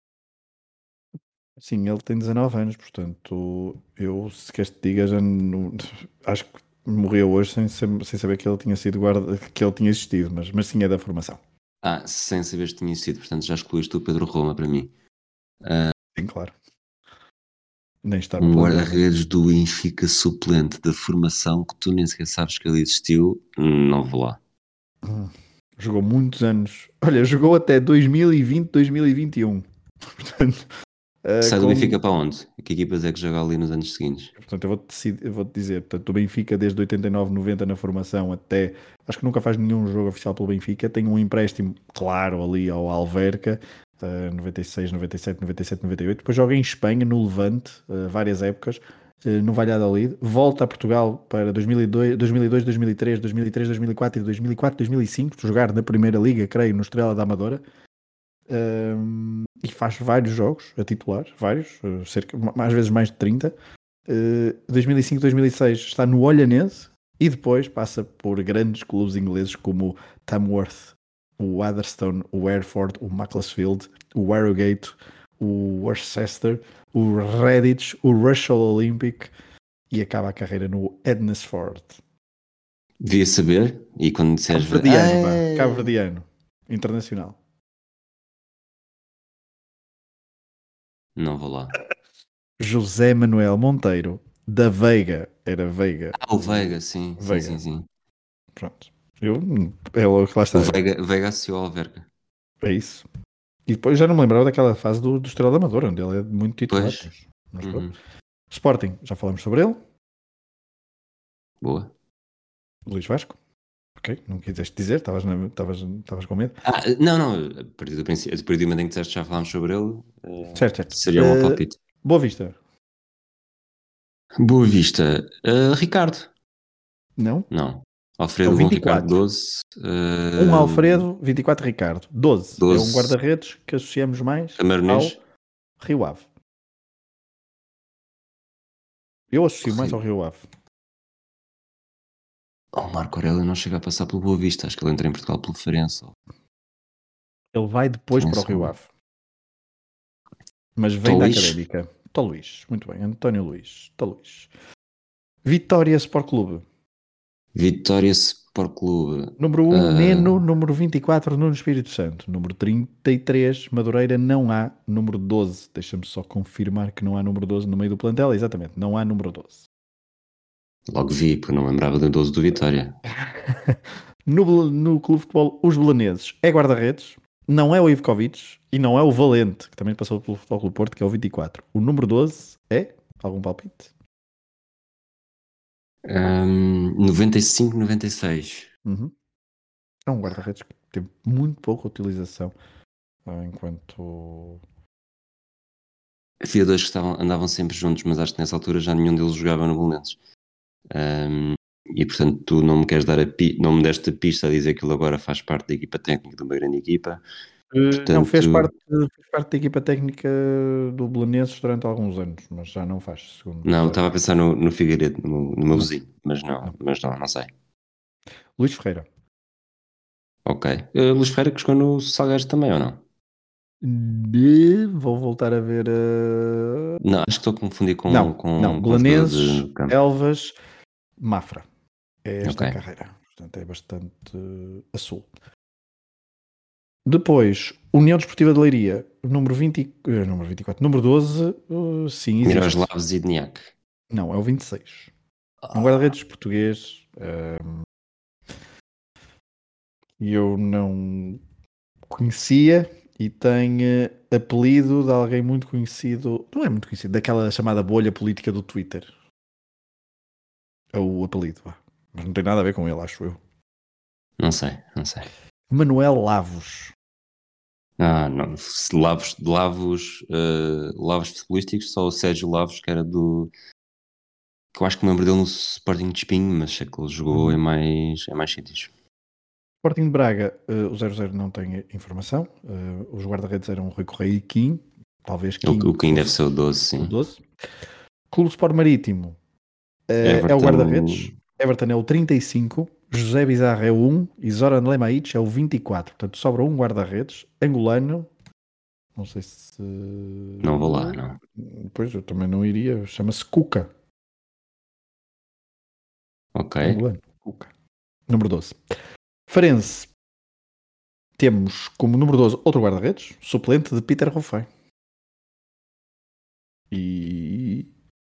Sim, ele tem dezanove anos, portanto, eu, se queres te diga, já não, acho que morreu hoje sem, sem saber que ele tinha sido guarda, que ele tinha existido, mas, mas sim é da formação. Ah, sem saber se tinha sido, portanto já excluíste o Pedro Roma para mim. Sim, claro. Nem está no Um plantel, né? guarda-redes do Benfica suplente da formação que tu nem sequer sabes que ele existiu, não vou lá. Hum. Jogou muitos anos. Olha, jogou até dois mil e vinte, dois mil e vinte e um. Portanto, uh, Sai do com... Benfica para onde? Que equipas é que joga ali nos anos seguintes? portanto eu vou-te decidir- eu vou-te dizer, portanto, o Benfica desde oitenta e nove, noventa na formação até, acho que nunca faz nenhum jogo oficial pelo Benfica, tem um empréstimo claro ali ao Alverca, uh, noventa e seis, noventa e sete, noventa e sete, noventa e oito, depois joga em Espanha, no Levante, uh, várias épocas, uh, no Valladolid, volta a Portugal para dois mil e dois, dois mil e dois, dois mil e três, dois mil e três, dois mil e quatro e dois mil e quatro, dois mil e cinco, jogar na Primeira Liga, creio, no Estrela da Amadora. Um, e faz vários jogos a titular, vários, uh, cerca, às vezes mais de trinta. Uh, dois mil e cinco, dois mil e seis está no Olhanense e depois passa por grandes clubes ingleses como o Tamworth, o Atherstone, o Hereford, o Macclesfield, o Harrogate, o Worcester, o Redditch, o Russell Olympic e acaba a carreira no Ednesford. Devia saber, e quando Cabo disseres Verdeano, vá, Cabo ah, Verdeano, internacional. não vou lá. José Manuel Monteiro da Veiga, era Veiga, Ah, o Veiga, sim, sim, sim, Veiga, sim. pronto. Eu, é o que lá O está, é, Veiga, Veiga associou ao Alverca. é isso. E depois já não me lembrava daquela fase do, do Estrela da Amadora, onde ele é muito titular. Pois, Mas, mas uhum. pronto. Sporting, já falamos sobre ele. Boa. Luís Vasco. Ok, não quiseste dizer, estavas na- estavas estavas com medo. Ah, não, não, a partir do, princípio, a partir do momento em que disseste que já falámos sobre ele, eh, Certo, certo. seria o meu Uh, palpite. Boa Vista. Boa Vista. Eh, Ricardo. Não? Não. É o Alfredo Bom Ricardo vinte e quatro. doze. Um Uh, Alfredo, vinte e quatro Ricardo. doze é um doze. guarda-redes que associamos mais Camarões. ao Rio Ave. Eu associo mais ao Rio. Rio Ave. Oh, Marco Aurélio não chega a passar pelo Boa Vista. Acho que ele entra em Portugal pelo Farense. Ele vai depois para o Rio Farense. Ave. Mas vem Tó da Luís. Académica. Tó Luís. Muito bem. António Luís. Tó Luís. Vitória Sport Clube. Vitória Sport Clube. Número um, Neno. Uh, Número vinte e quatro, Nuno Espírito Santo. Número trinta e três, Madureira. Não há número doze. Deixa-me só confirmar que não há número doze no meio do plantel. Exatamente, não há número doze. logo vi, porque não lembrava do doze do Vitória. No, no Clube de Futebol Os Belenenses é guarda-redes. Não é o Ivkovic e não é o Valente, que também passou pelo Futebol Clube Porto, que é o vinte e quatro. O número doze é? Algum palpite? Um, noventa e cinco, noventa e seis. Uhum. É um guarda-redes que teve muito pouca utilização ah, enquanto. Havia dois que estavam, andavam sempre juntos, mas acho que nessa altura já nenhum deles jogava no Belenenses. Um, e portanto tu não me queres dar a pi- não me deste a pista a dizer que ele agora faz parte da equipa técnica de uma grande equipa. Uh, não, fez Portanto, parte, fez parte da equipa técnica do Belenenses durante alguns anos, mas já não faz, segundo não, os estava a árbitros. pensar no, no Figueiredo, no, meu- no meu Não, vizinho, mas não, não. mas não, não sei. Luís Ferreira. Ok. Uh, Luís Ferreira que jogou no Salgueiros também ou não? De- Vou voltar a ver. uh, Não, acho que estou a confundir com, Não, não. com, com um jogador Belenenses, de campo. Elvas, Mafra. É Ok. esta a carreira. Portanto, é bastante uh, a sul. Depois, União Desportiva de Leiria, número vinte, eh, número vinte e quatro, número doze, uh, sim, existe. Miroslav Zidniak. Não, é o vinte e seis. Um guarda-redes português. E uh, eu não conhecia e tem uh, apelido de alguém muito conhecido. Não é muito conhecido, daquela chamada bolha política do Twitter. É o apelido, vá. Mas não tem nada a ver com ele, acho eu. Não sei, não sei. Manuel Lavos. Ah, não. Lavos, Lavos, uh, Lavos futebolísticos, só o Sérgio Lavos, que era do. Que eu acho que me lembro dele no Sporting de Espinho, mas sei que ele jogou Uhum. em mais, em mais sítios. Sporting de Braga, uh, o zero zero não tem informação. Uh, os guarda-redes eram Rui Correia e Kim. Talvez Kim. O, o Kim deve fosse ser o doze, sim. o doze. Clube Sport Marítimo uh, é o guarda-redes. Everton é o trinta e cinco. José Bizarra é o um e Zoran Lemaic é o vinte e quatro. Portanto, sobra um guarda-redes angolano. Não sei se. Não vou lá, não. Pois eu também não iria. Chama-se Cuca. Ok. Angolano. Cuca. Número doze. Farense. Temos como número doze outro guarda-redes, suplente de Peter Ruffin. E.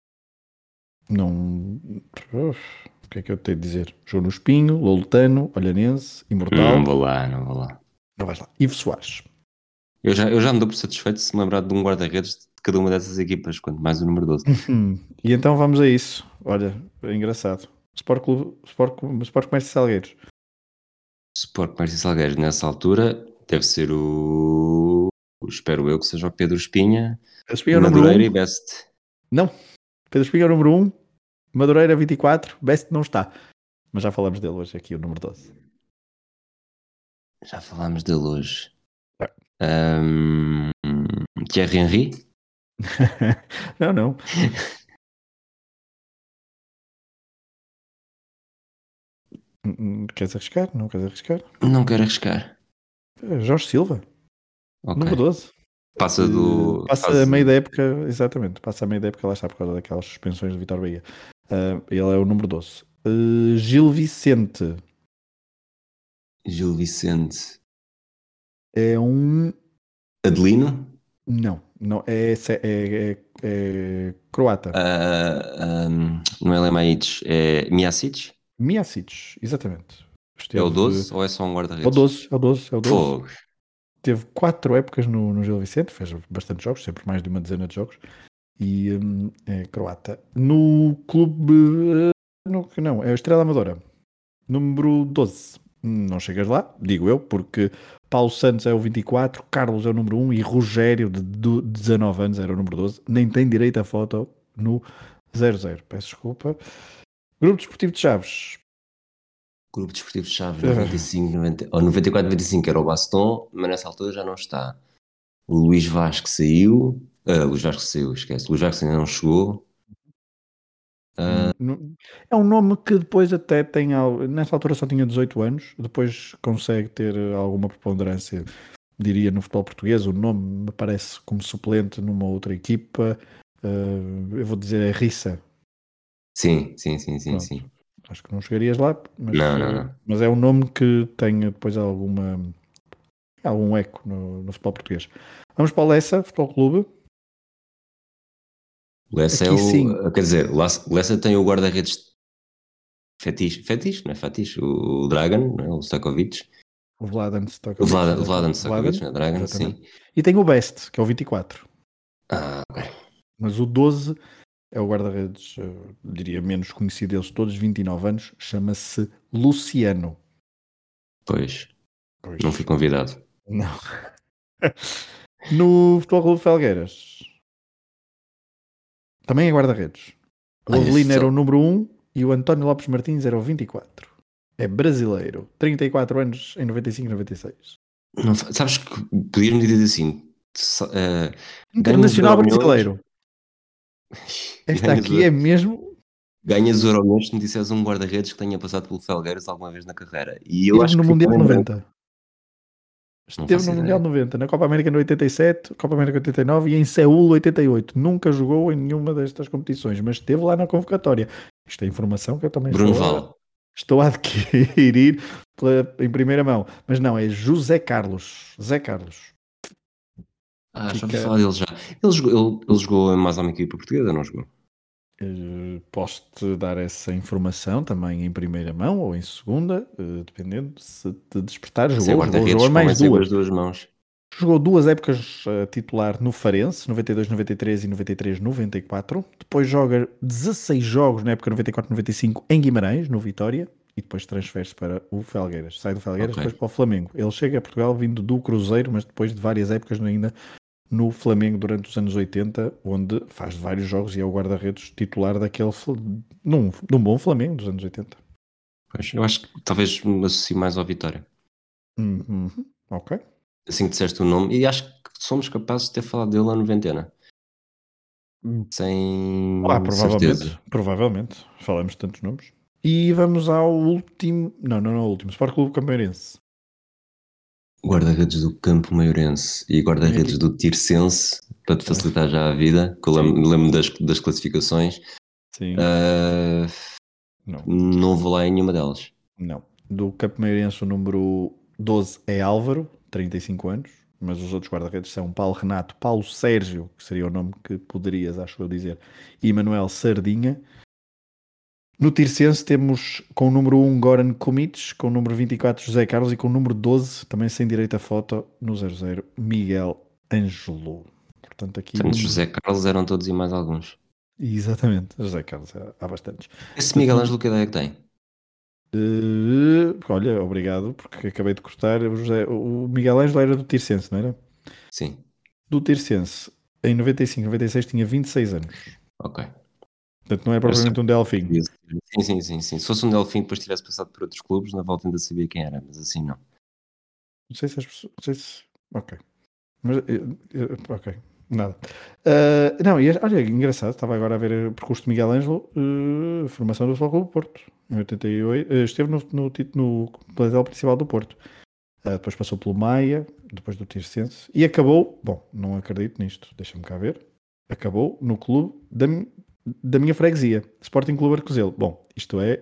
Não. O que é que eu tenho de dizer? Jogou no Espinho, Lolotano, Olhanense, Imortal. Não vou lá, não vou lá. Não vais lá. Ivo Soares. Eu já, eu já me dou por satisfeito se me lembrar de um guarda-redes de cada uma dessas equipas, quanto mais o número doze. E então vamos a isso. Olha, é engraçado. Sport, Clube, Sport, Sport Comércio de Salgueiros. Sport Comércio de Salgueiros, nessa altura, deve ser o. Espero eu que seja o Pedro Espinha, Espinha é o número Madureira um. e Best. Não. Pedro Espinha é o número um. Madureira vinte e quatro. Best não está. Mas já falamos dele hoje aqui, o número doze. Já falámos dele hoje. É. Um... Thierry Henry? Não, não. Queres arriscar? Não queres arriscar? Não quero arriscar. Jorge Silva. Ok. Número doze. Passa do. Uh, passa fase... a meio da época, exatamente. Passa a meio da época, lá está, por causa daquelas suspensões de Vitor Bahia. Uh, ele é o número doze. Uh, Gil Vicente. Gil Vicente. É um. Adelino? Não, não é, é, é, é croata. Uh, um, não é Lemaites, é Miasic? Miasic, exatamente. Esteve... É o doze ou é só um guarda-redes? É o doze, é o doze, é o doze. Fogo. Teve quatro épocas no, no Gil Vicente, fez bastante jogos, sempre mais de uma dezena de jogos. E um, é croata. No clube. No, não, é a Estrela Amadora. Número doze. Não chegas lá, digo eu, porque Paulo Santos é o vinte e quatro, Carlos é o número um e Rogério, de dezanove anos, era o número doze. Nem tem direito a foto no zero zero. Peço desculpa. Grupo Desportivo de Chaves. Grupo Desportivo de Chaves, noventa e cinco, noventa, ou noventa e quatro, noventa e cinco era o Baston, mas nessa altura já não está. O Luís Vasco saiu. Uh, Luís Vasco saiu, esquece. Luís Vasco ainda não chegou. Uh... É um nome que depois até tem. Nessa altura só tinha dezoito anos, depois consegue ter alguma preponderância, diria, no futebol português. O nome me parece como suplente numa outra equipa. Uh, eu vou dizer é Rissa. Sim, sim, sim, sim, sim. Acho que não chegarias lá, mas, não, não, não. mas é um nome que tem depois alguma, algum eco no, no futebol português. Vamos para o Lessa, Futebol Clube. Lessa é o. Sim. Quer dizer, Lessa tem o guarda-redes fetiche, fetiche, não é fetiche? O Dragan, não é? O Stakovic. O Vladan Stakovic. O Vladan, Vladan Stakovic, não é? Dragan, exatamente. Sim. E tem o Best, que é o vinte e quatro. Ah, ok. Mas o doze é o guarda-redes, eu diria, menos conhecido deles todos, vinte e nove anos, chama-se Luciano. Pois, pois. Não fui convidado. Não. No Futebol Clube Felgueiras também é guarda-redes. O Avelino era o número um e o António Lopes Martins era o vinte e quatro. É brasileiro, trinta e quatro anos em noventa e cinco e noventa e seis. Não, sabes que podias-me dizer assim, uh, internacional brasileiro. Esta aqui é mesmo. Ganhas o Euromilhões se me disseres um guarda-redes que tenha passado pelo Felgueiras alguma vez na carreira. E eu Esteve acho no que Mundial noventa. Esteve no ideia. Mundial noventa, na Copa América no oitenta e sete, Copa América oitenta e nove e em Seul oitenta e oito. Nunca jogou em nenhuma destas competições, mas esteve lá na convocatória. Isto é informação que eu também Bruno estou Val. Estou a adquirir pela, em primeira mão. Mas não, é José Carlos. Zé Carlos. Ah, já ouvi Fica, falar dele já. Ele jogou, ele, ele jogou em mais uma equipa portuguesa, não jogou? eh, posso-te dar essa informação também em primeira mão ou em segunda, eh, dependendo se te despertar. Se é Jogou, jogou, guarda-redes, jogou mais convém ser com as duas. duas mãos. Jogou duas épocas a titular no Farense, noventa e dois, noventa e três e noventa e três, noventa e quatro. Depois joga dezasseis jogos na época noventa e quatro, noventa e cinco em Guimarães, no Vitória. E depois transfere-se para o Felgueiras. Sai do Felgueiras, Ok. depois para o Flamengo. Ele chega a Portugal vindo do Cruzeiro, mas depois de várias épocas ainda no Flamengo durante os anos oitenta, onde faz vários jogos e é o guarda-redes titular daquele, num, num bom Flamengo dos anos oitenta. Pois, eu acho que talvez me associe mais ao Vitória. Uhum. Ok. Assim que disseste o nome, e acho que somos capazes de ter falado dele a noventena. Ah, Sem provavelmente, certeza. provavelmente. Falamos de tantos nomes. E vamos ao último. Não, não, não, ao último. Sport Clube Cameirense. Guarda-redes do Campo Maiorense e Também guarda-redes aqui. do Tirsense, para te Também. facilitar já a vida, que eu Sim, lembro, lembro das, das classificações. sim. Ah, Não, não vou lá em nenhuma delas. não. Do Campo Maiorense, o número doze é Álvaro, trinta e cinco anos. Mas os outros guarda-redes são Paulo Renato, Paulo Sérgio, que seria o nome que poderias, acho eu, dizer, e Manuel Sardinha. No Tirsense temos com o número um Goran Komic, com o número vinte e quatro José Carlos e com o número doze, também sem direito a foto, no zero zero, Miguel Ângelo. Portanto, aqui Portanto, números. José Carlos eram todos e mais alguns. Exatamente, José Carlos, há, há bastantes. Esse Portanto, Miguel número- Ângelo, que ideia é que tem? Eh, olha, obrigado, porque acabei de cortar. O, José- o Miguel Ângelo era do Tirsense, não era? Sim, Do Tirsense, em noventa e cinco, noventa e seis, tinha vinte e seis anos. ok. Portanto, não é Eu sei propriamente um que Delfim. podia ser. Sim, sim, sim, sim. Se fosse um Delfim depois tivesse passado por outros clubes, na volta ainda sabia quem era, mas assim não. Não sei se as pessoas. Não sei se. Ok. Mas, eh, eh, ok, nada. Ah, não, e, olha, engraçado, estava agora a ver o percurso de Miguel Ângelo, eh, formação do Futebol Clube do Porto, em oitenta e oito, eh, esteve no, no, tit- no plantel principal do Porto. Ah, depois passou pelo Maia, depois do Tirsense, e acabou, bom, não acredito nisto, deixa-me cá ver, acabou no clube da, mi- da minha freguesia, Sporting Clube Arcozelo. Bom, isto é,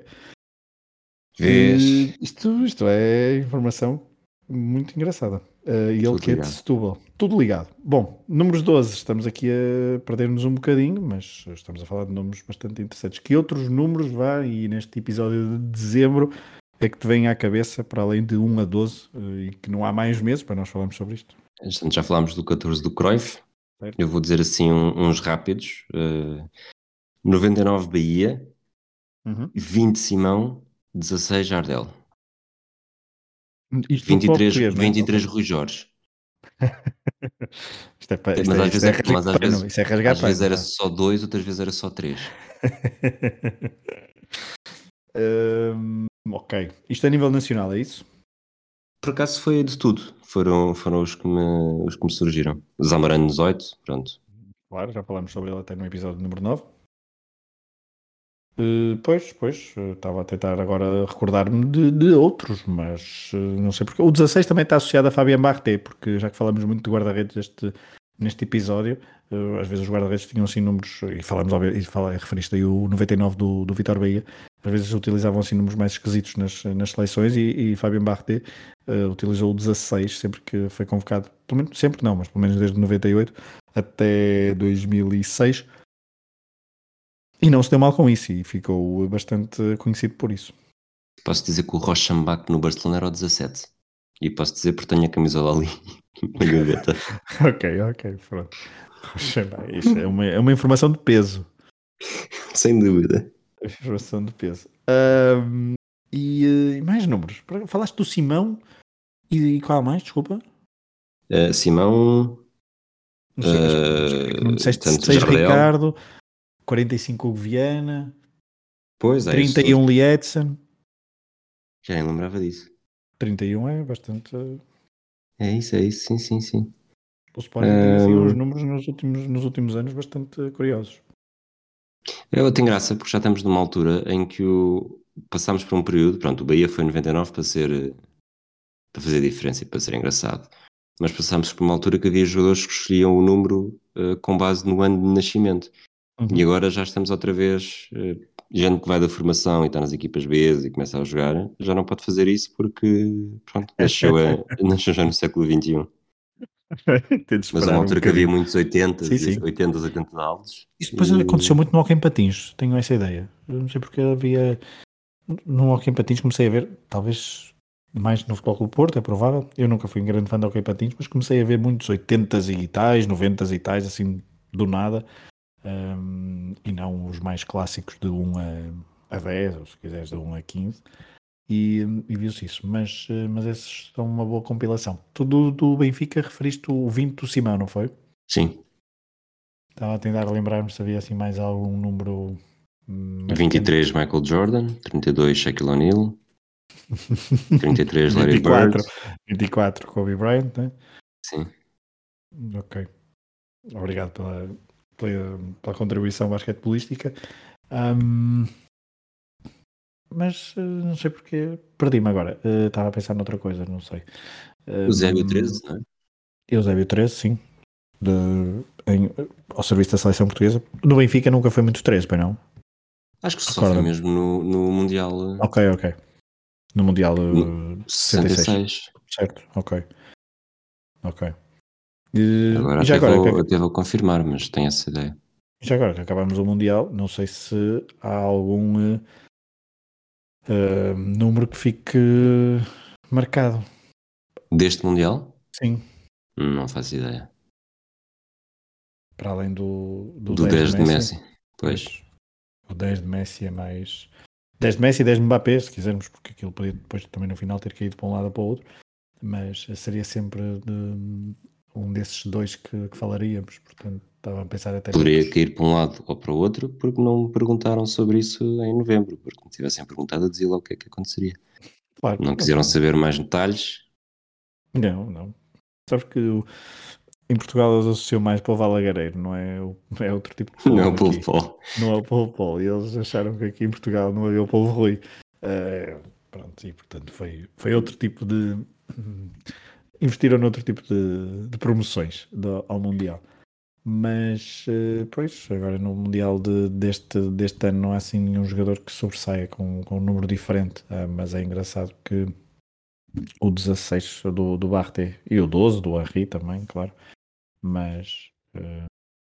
Vês? eh, isto, isto é informação muito engraçada. Uh, e ele Tudo que é de ligado. Setúbal. Tudo ligado. Bom, números doze, estamos aqui a perder-nos um bocadinho, mas estamos a falar de números bastante interessantes. Que outros números, vá, e neste episódio de dezembro, é que te vêm à cabeça, para além de um a doze, uh, e que não há mais meses para nós falarmos sobre isto? Portanto, já falámos do catorze do Cruyff. Certo? Eu vou dizer assim um- uns rápidos. Uh, noventa e nove Bahia, Uhum. vinte Simão, dezasseis Jardel. Isto do futebol vinte e três, português, não é? vinte e três Ok. Rui Jorge. Isto é, pa- isto Mas é, às isto vezes, é é- rasgar mas às pano, vezes, isso é rasgar às vezes pano, era pá. só dois, outras vezes era só três. Hum, ok. Isto a nível nacional, é isso? Por acaso foi de tudo. Foram, foram os que me, os que me surgiram. Zamorano dezoito, pronto. Claro, já falámos sobre ele até no episódio número nove. Uh, pois, pois, uh, estava a tentar agora recordar-me de, de outros, mas uh, não sei porque. O dezasseis também está associado a Fabien Barthez, porque já que falamos muito de guarda-redes este, neste episódio, uh, às vezes os guarda-redes tinham assim números, e falamos, óbvio, e fala, referiste aí o noventa e nove do, do Vitor Bahia, às vezes utilizavam assim números mais esquisitos nas, nas seleções, e, e Fabien Barthez uh, utilizou o dezasseis sempre que foi convocado, pelo menos, sempre não, mas pelo menos desde noventa e oito até dois mil e seis. E não se deu mal com isso e ficou bastante conhecido por isso. Posso dizer que o Rochambac no Barcelona era o dezassete. E posso dizer porque tenho a camisola ali na gaveta. Ok, ok, pronto. Poxa, bem, isto é uma, é uma informação de peso. Sem dúvida. Informação de peso. Ahm, e, eh, mais números. Falaste do Simão e, e qual mais? Desculpa. Uh, Simão, Não sei, mas, mas porque é que não uh, disseste tanto dezasseis Jardel. Ricardo, quarenta e cinco Hugo Viana, Pois, é isso trinta e tudo. um Lietzen. Já nem lembrava disso. trinta e um é bastante. eh, É isso, é isso, sim, sim, sim. O Sporting tem assim uns Um, números nos últimos, nos últimos anos bastante curiosos. eu tenho graça porque já estamos numa altura em que o, passámos por um período, pronto, o Bahia foi em noventa e nove para ser, para fazer diferença e para ser engraçado. Mas passámos por uma altura que havia jogadores que escolhiam o número uh, com base no ano de nascimento. E Uhum. agora já estamos outra vez, uh, gente que vai da formação e está nas equipas B e começa a jogar, já não pode fazer isso porque, pronto, nasceu, a, nasceu já no século vinte e um. Tem de Mas há uma esperar um altura que havia bocadinho. muitos Sim, oitentas, sim. oitentas, oitenta altos. Isso depois aconteceu E muito no Hóquei em Patins, tenho essa ideia. Eu não sei porque havia no Hóquei em Patins, comecei a ver, talvez mais no Futebol Clube do Porto, é provável. Eu nunca fui um grande fã do Hóquei em Patins, mas comecei a ver muitos oitentas e tais, noventas e tais, assim, do nada. Um, e não os mais clássicos de um a, a dez, ou se quiseres de um a quinze. E, e viu-se isso, mas, mas esses são uma boa compilação. Tu do, do Benfica referiste o vinte do Simão, não foi? sim, Estava a tentar lembrar-me se havia assim mais algum número vinte e três marcante. Michael Jordan, trinta e dois Shaquille O'Neal, trinta e três Larry vinte e quatro, Bird. vinte e quatro Kobe Bryant, né? Sim. Ok. Obrigado pela, pela, pela contribuição basquetebolística. Um, mas uh, não sei porque perdi-me agora. Uh, estava a pensar noutra coisa, não sei. O Zébio Um, treze, não é? Eusébio treze, sim. De, em, ao serviço da seleção portuguesa. No Benfica nunca foi muito treze, pois não? Acho que só foi Recorda-me. mesmo no, no Mundial Ok, ok. No Mundial no uh, sessenta e seis. sessenta e seis. Certo, ok. Ok. E, Agora e já até agora, vou, que, até vou confirmar, mas tenho essa ideia. já agora que acabamos o Mundial, não sei se há algum uh, uh, número que fique marcado. Deste Mundial? Sim. Não faço ideia. Para além do, do Do dez de dez de Messi. Messi. Pois. Pois, o dez de Messi é mais... dez de Messi e dez de Mbappé, se quisermos, porque aquilo podia depois também no final ter caído para um lado ou para o outro. Mas seria sempre de um desses dois que, que falaríamos. Portanto, estava a pensar até Poderia noutros. cair para um lado ou para o outro, porque não me perguntaram sobre isso em novembro. Porque me tivessem perguntado, eu dizia lá o que é que aconteceria. Claro, Não não quiseram sei. saber mais detalhes. Não, não. Sabes que o- em Portugal eles associam mais povo alagareiro, não é? O- É outro tipo de Não, povo pelo aqui. pó. Não é o povo polo. E eles acharam que aqui em Portugal não havia o povo Rui. Eh, pronto, e portanto foi, foi outro tipo de. Investiram noutro tipo de, de promoções do- ao Mundial. Mas, eh, pois, agora no Mundial de- deste, deste ano não há assim nenhum jogador que sobressaia com, com um número diferente. Ah, mas é engraçado que o dezasseis do, do Barté e o doze do Henry também, claro. Mas, eh,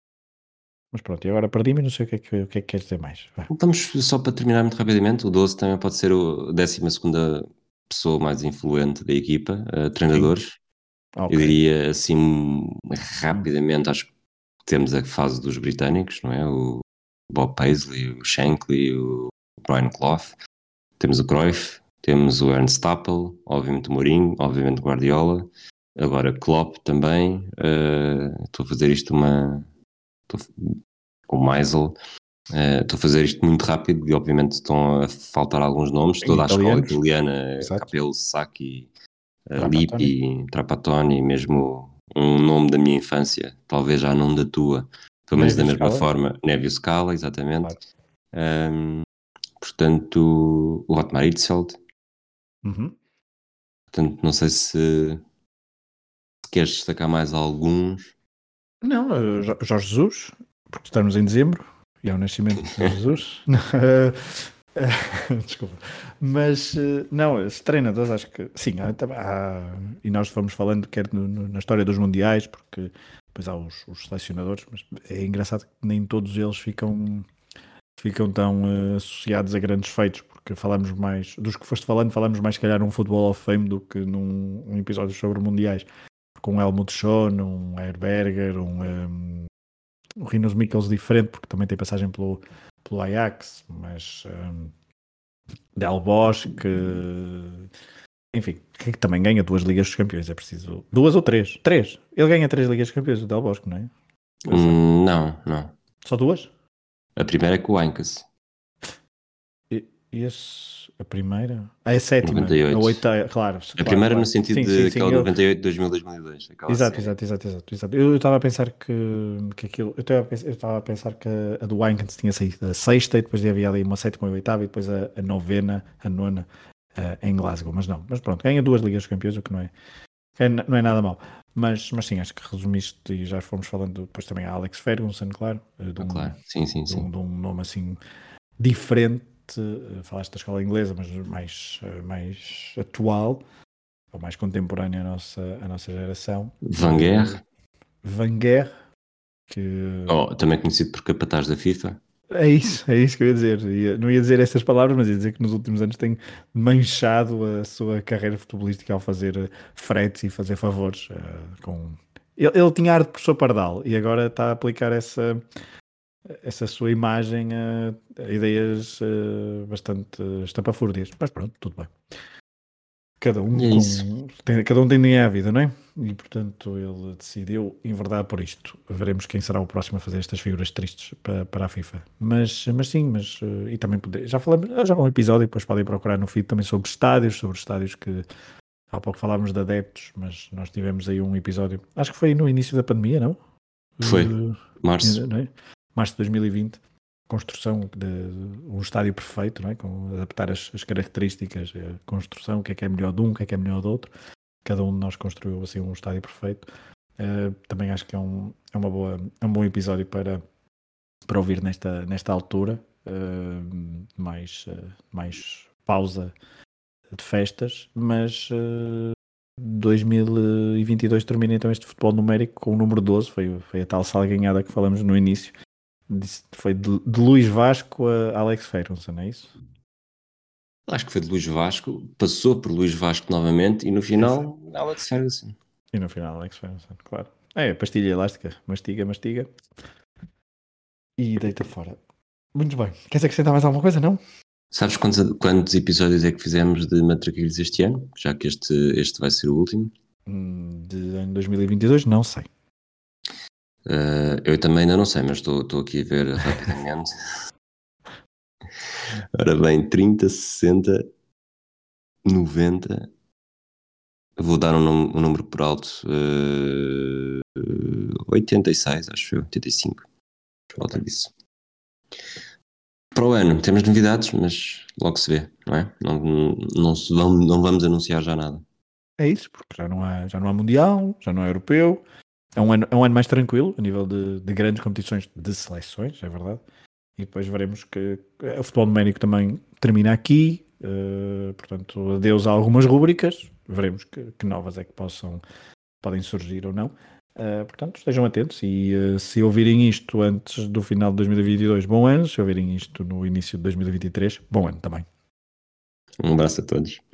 mas pronto, e agora perdi-me e não sei o que é que, o que, é que queres dizer mais. Vá. Vamos só para terminar muito rapidamente. O doze também pode ser a décima segunda pessoa mais influente da equipa, uh, Sim, treinadores. Eu ok. diria assim, Hum. rapidamente, acho que temos a fase dos britânicos, não é? O Bob Paisley, o Shankly, o Brian Clough. Temos o Cruyff, temos o Ernst Happel, obviamente o Mourinho, obviamente o Guardiola. Agora Klopp também. uh, Estou a fazer isto uma... Estou, o Meisel. Uh, Estou a fazer isto muito rápido e obviamente estão a faltar alguns nomes. Em Toda a escola italianos, italiana, exato. Capello, Sacchi, uh, Trapattoni. Lippi, Trapattoni, mesmo um nome da minha infância, talvez já não da tua, pelo menos da Nevio mesma Scala, forma, Nevio Scala, exatamente. claro. Um, portanto, o Otmar Hitzfeld. Uhum. Portanto, não sei se, se queres destacar mais alguns. Não, eh, Jo- Jorge Jesus, porque estamos em dezembro e é o nascimento de Jesus. Desculpa. Mas eh, não, esses treinadores acho que sim, há, há- e nós fomos falando quer no- no- na história dos mundiais, porque depois há os, os selecionadores, mas é engraçado que nem todos eles ficam, ficam tão eh, associados a grandes feitos, porque falamos mais, dos que foste falando, falamos mais se calhar num Football of Fame do que num um episódio sobre mundiais. Com um Helmut Schoen, um Herberger, um, um, um Rinus Mikkels diferente, porque também tem passagem pelo, pelo Ajax, mas um, Del Bosque, enfim, que também ganha duas Ligas dos Campeões, é preciso, duas ou três, três, ele ganha três Ligas dos Campeões, o Del Bosque, não é? Engraçado. Hum, não, não. Só duas? A primeira é com o Aincas, E, esse, a primeira? Ah, é a sétima, a noventa e oito. oitava, claro, A claro, primeira no claro. sentido Sim, sim, de sim, aquela ele, noventa e oito, dois mil, dois mil e dois, aquela exato, série. exato, exato, exato, exato. Eu estava a pensar que, que aquilo. Eu estava a pensar, eu estava a pensar que a do Watkins tinha saído a sexta e depois havia ali uma sétima e oitava e depois a, a novena, a nona uh, em Glasgow. Mas não, mas pronto, ganha duas Ligas dos Campeões, o que não é, é não é nada mau. Mas, mas sim, acho que resumiste e já fomos falando depois também a Alex Ferguson, claro, de Ah, um, claro, sim, sim, de um, sim. de um nome assim diferente, falaste da escola inglesa, mas mais, mais atual, ou mais contemporânea à nossa, à nossa geração. Wenger. Wenger, que... Oh, também conhecido por capataz da FIFA. É isso, é isso que eu ia dizer. Ia, não ia dizer estas palavras, mas ia dizer que nos últimos anos tem manchado a sua carreira futebolística ao fazer fretes e fazer favores. Uh, com... ele, ele tinha ar de professor Pardal e agora está a aplicar essa, essa sua imagem a, a ideias uh, bastante estapafúrdias. Mas pronto, tudo bem. Cada um, é com, tem, cada um tem dinheiro à vida, não é? E portanto ele decidiu enverdar por isto. Veremos quem será o próximo a fazer estas figuras tristes para, para a FIFA. Mas, mas sim, mas e também poder, já falamos, já há um episódio, depois podem procurar no feed também sobre estádios, sobre estádios que há pouco falámos de adeptos, mas nós tivemos aí um episódio, acho que foi no início da pandemia, não? Foi, Uh, março. Não é? Março de dois mil e vinte. Construção de um estádio perfeito, não é? Com adaptar as, as características, a construção, o que é que é melhor de um, o que é que é melhor do outro. Cada um de nós construiu assim um estádio perfeito. Uh, também acho que é um, é uma boa, é um bom episódio para, para ouvir nesta, nesta altura. Uh, mais, uh, mais pausa de festas, mas uh, dois mil e vinte e dois termina então este futebol numérico com o número doze, foi, foi a tal salganhada que falamos no início. Foi de, de Luís Vasco a Alex Ferguson, não é isso? Acho que foi de Luís Vasco, passou por Luís Vasco novamente e no final Alex Ferguson. E no final Alex Ferguson, claro. É, pastilha elástica, mastiga, mastiga e deita fora. Muito bem. Queres acrescentar mais alguma coisa, não? Sabes quantos, quantos episódios é que fizemos de Matraquilhos este ano? Já que este, este vai ser o último. De ano dois mil e vinte e dois, não sei. Uh, eu também ainda não sei, mas estou aqui a ver rapidamente. Ora bem, trinta, sessenta, noventa. Vou dar um, um número por alto. Uh, oitenta e seis, acho eu. oitenta e cinco. Por volta disso. Para o ano temos novidades, mas logo se vê, não é? Não, não, se vamos, não vamos anunciar já nada. É isso, porque já não há, já não há Mundial, já não há Europeu. É um ano, é um ano mais tranquilo, a nível de, de grandes competições de seleções, é verdade. E depois veremos que o futebol numérico também termina aqui. Uh, portanto, adeus a algumas rúbricas. Veremos que, que novas é que possam, podem surgir ou não. Uh, portanto, estejam atentos e uh, se ouvirem isto antes do final de dois mil e vinte e dois, bom ano. Se ouvirem isto no início de dois mil e vinte e três, bom ano também. Um abraço a todos.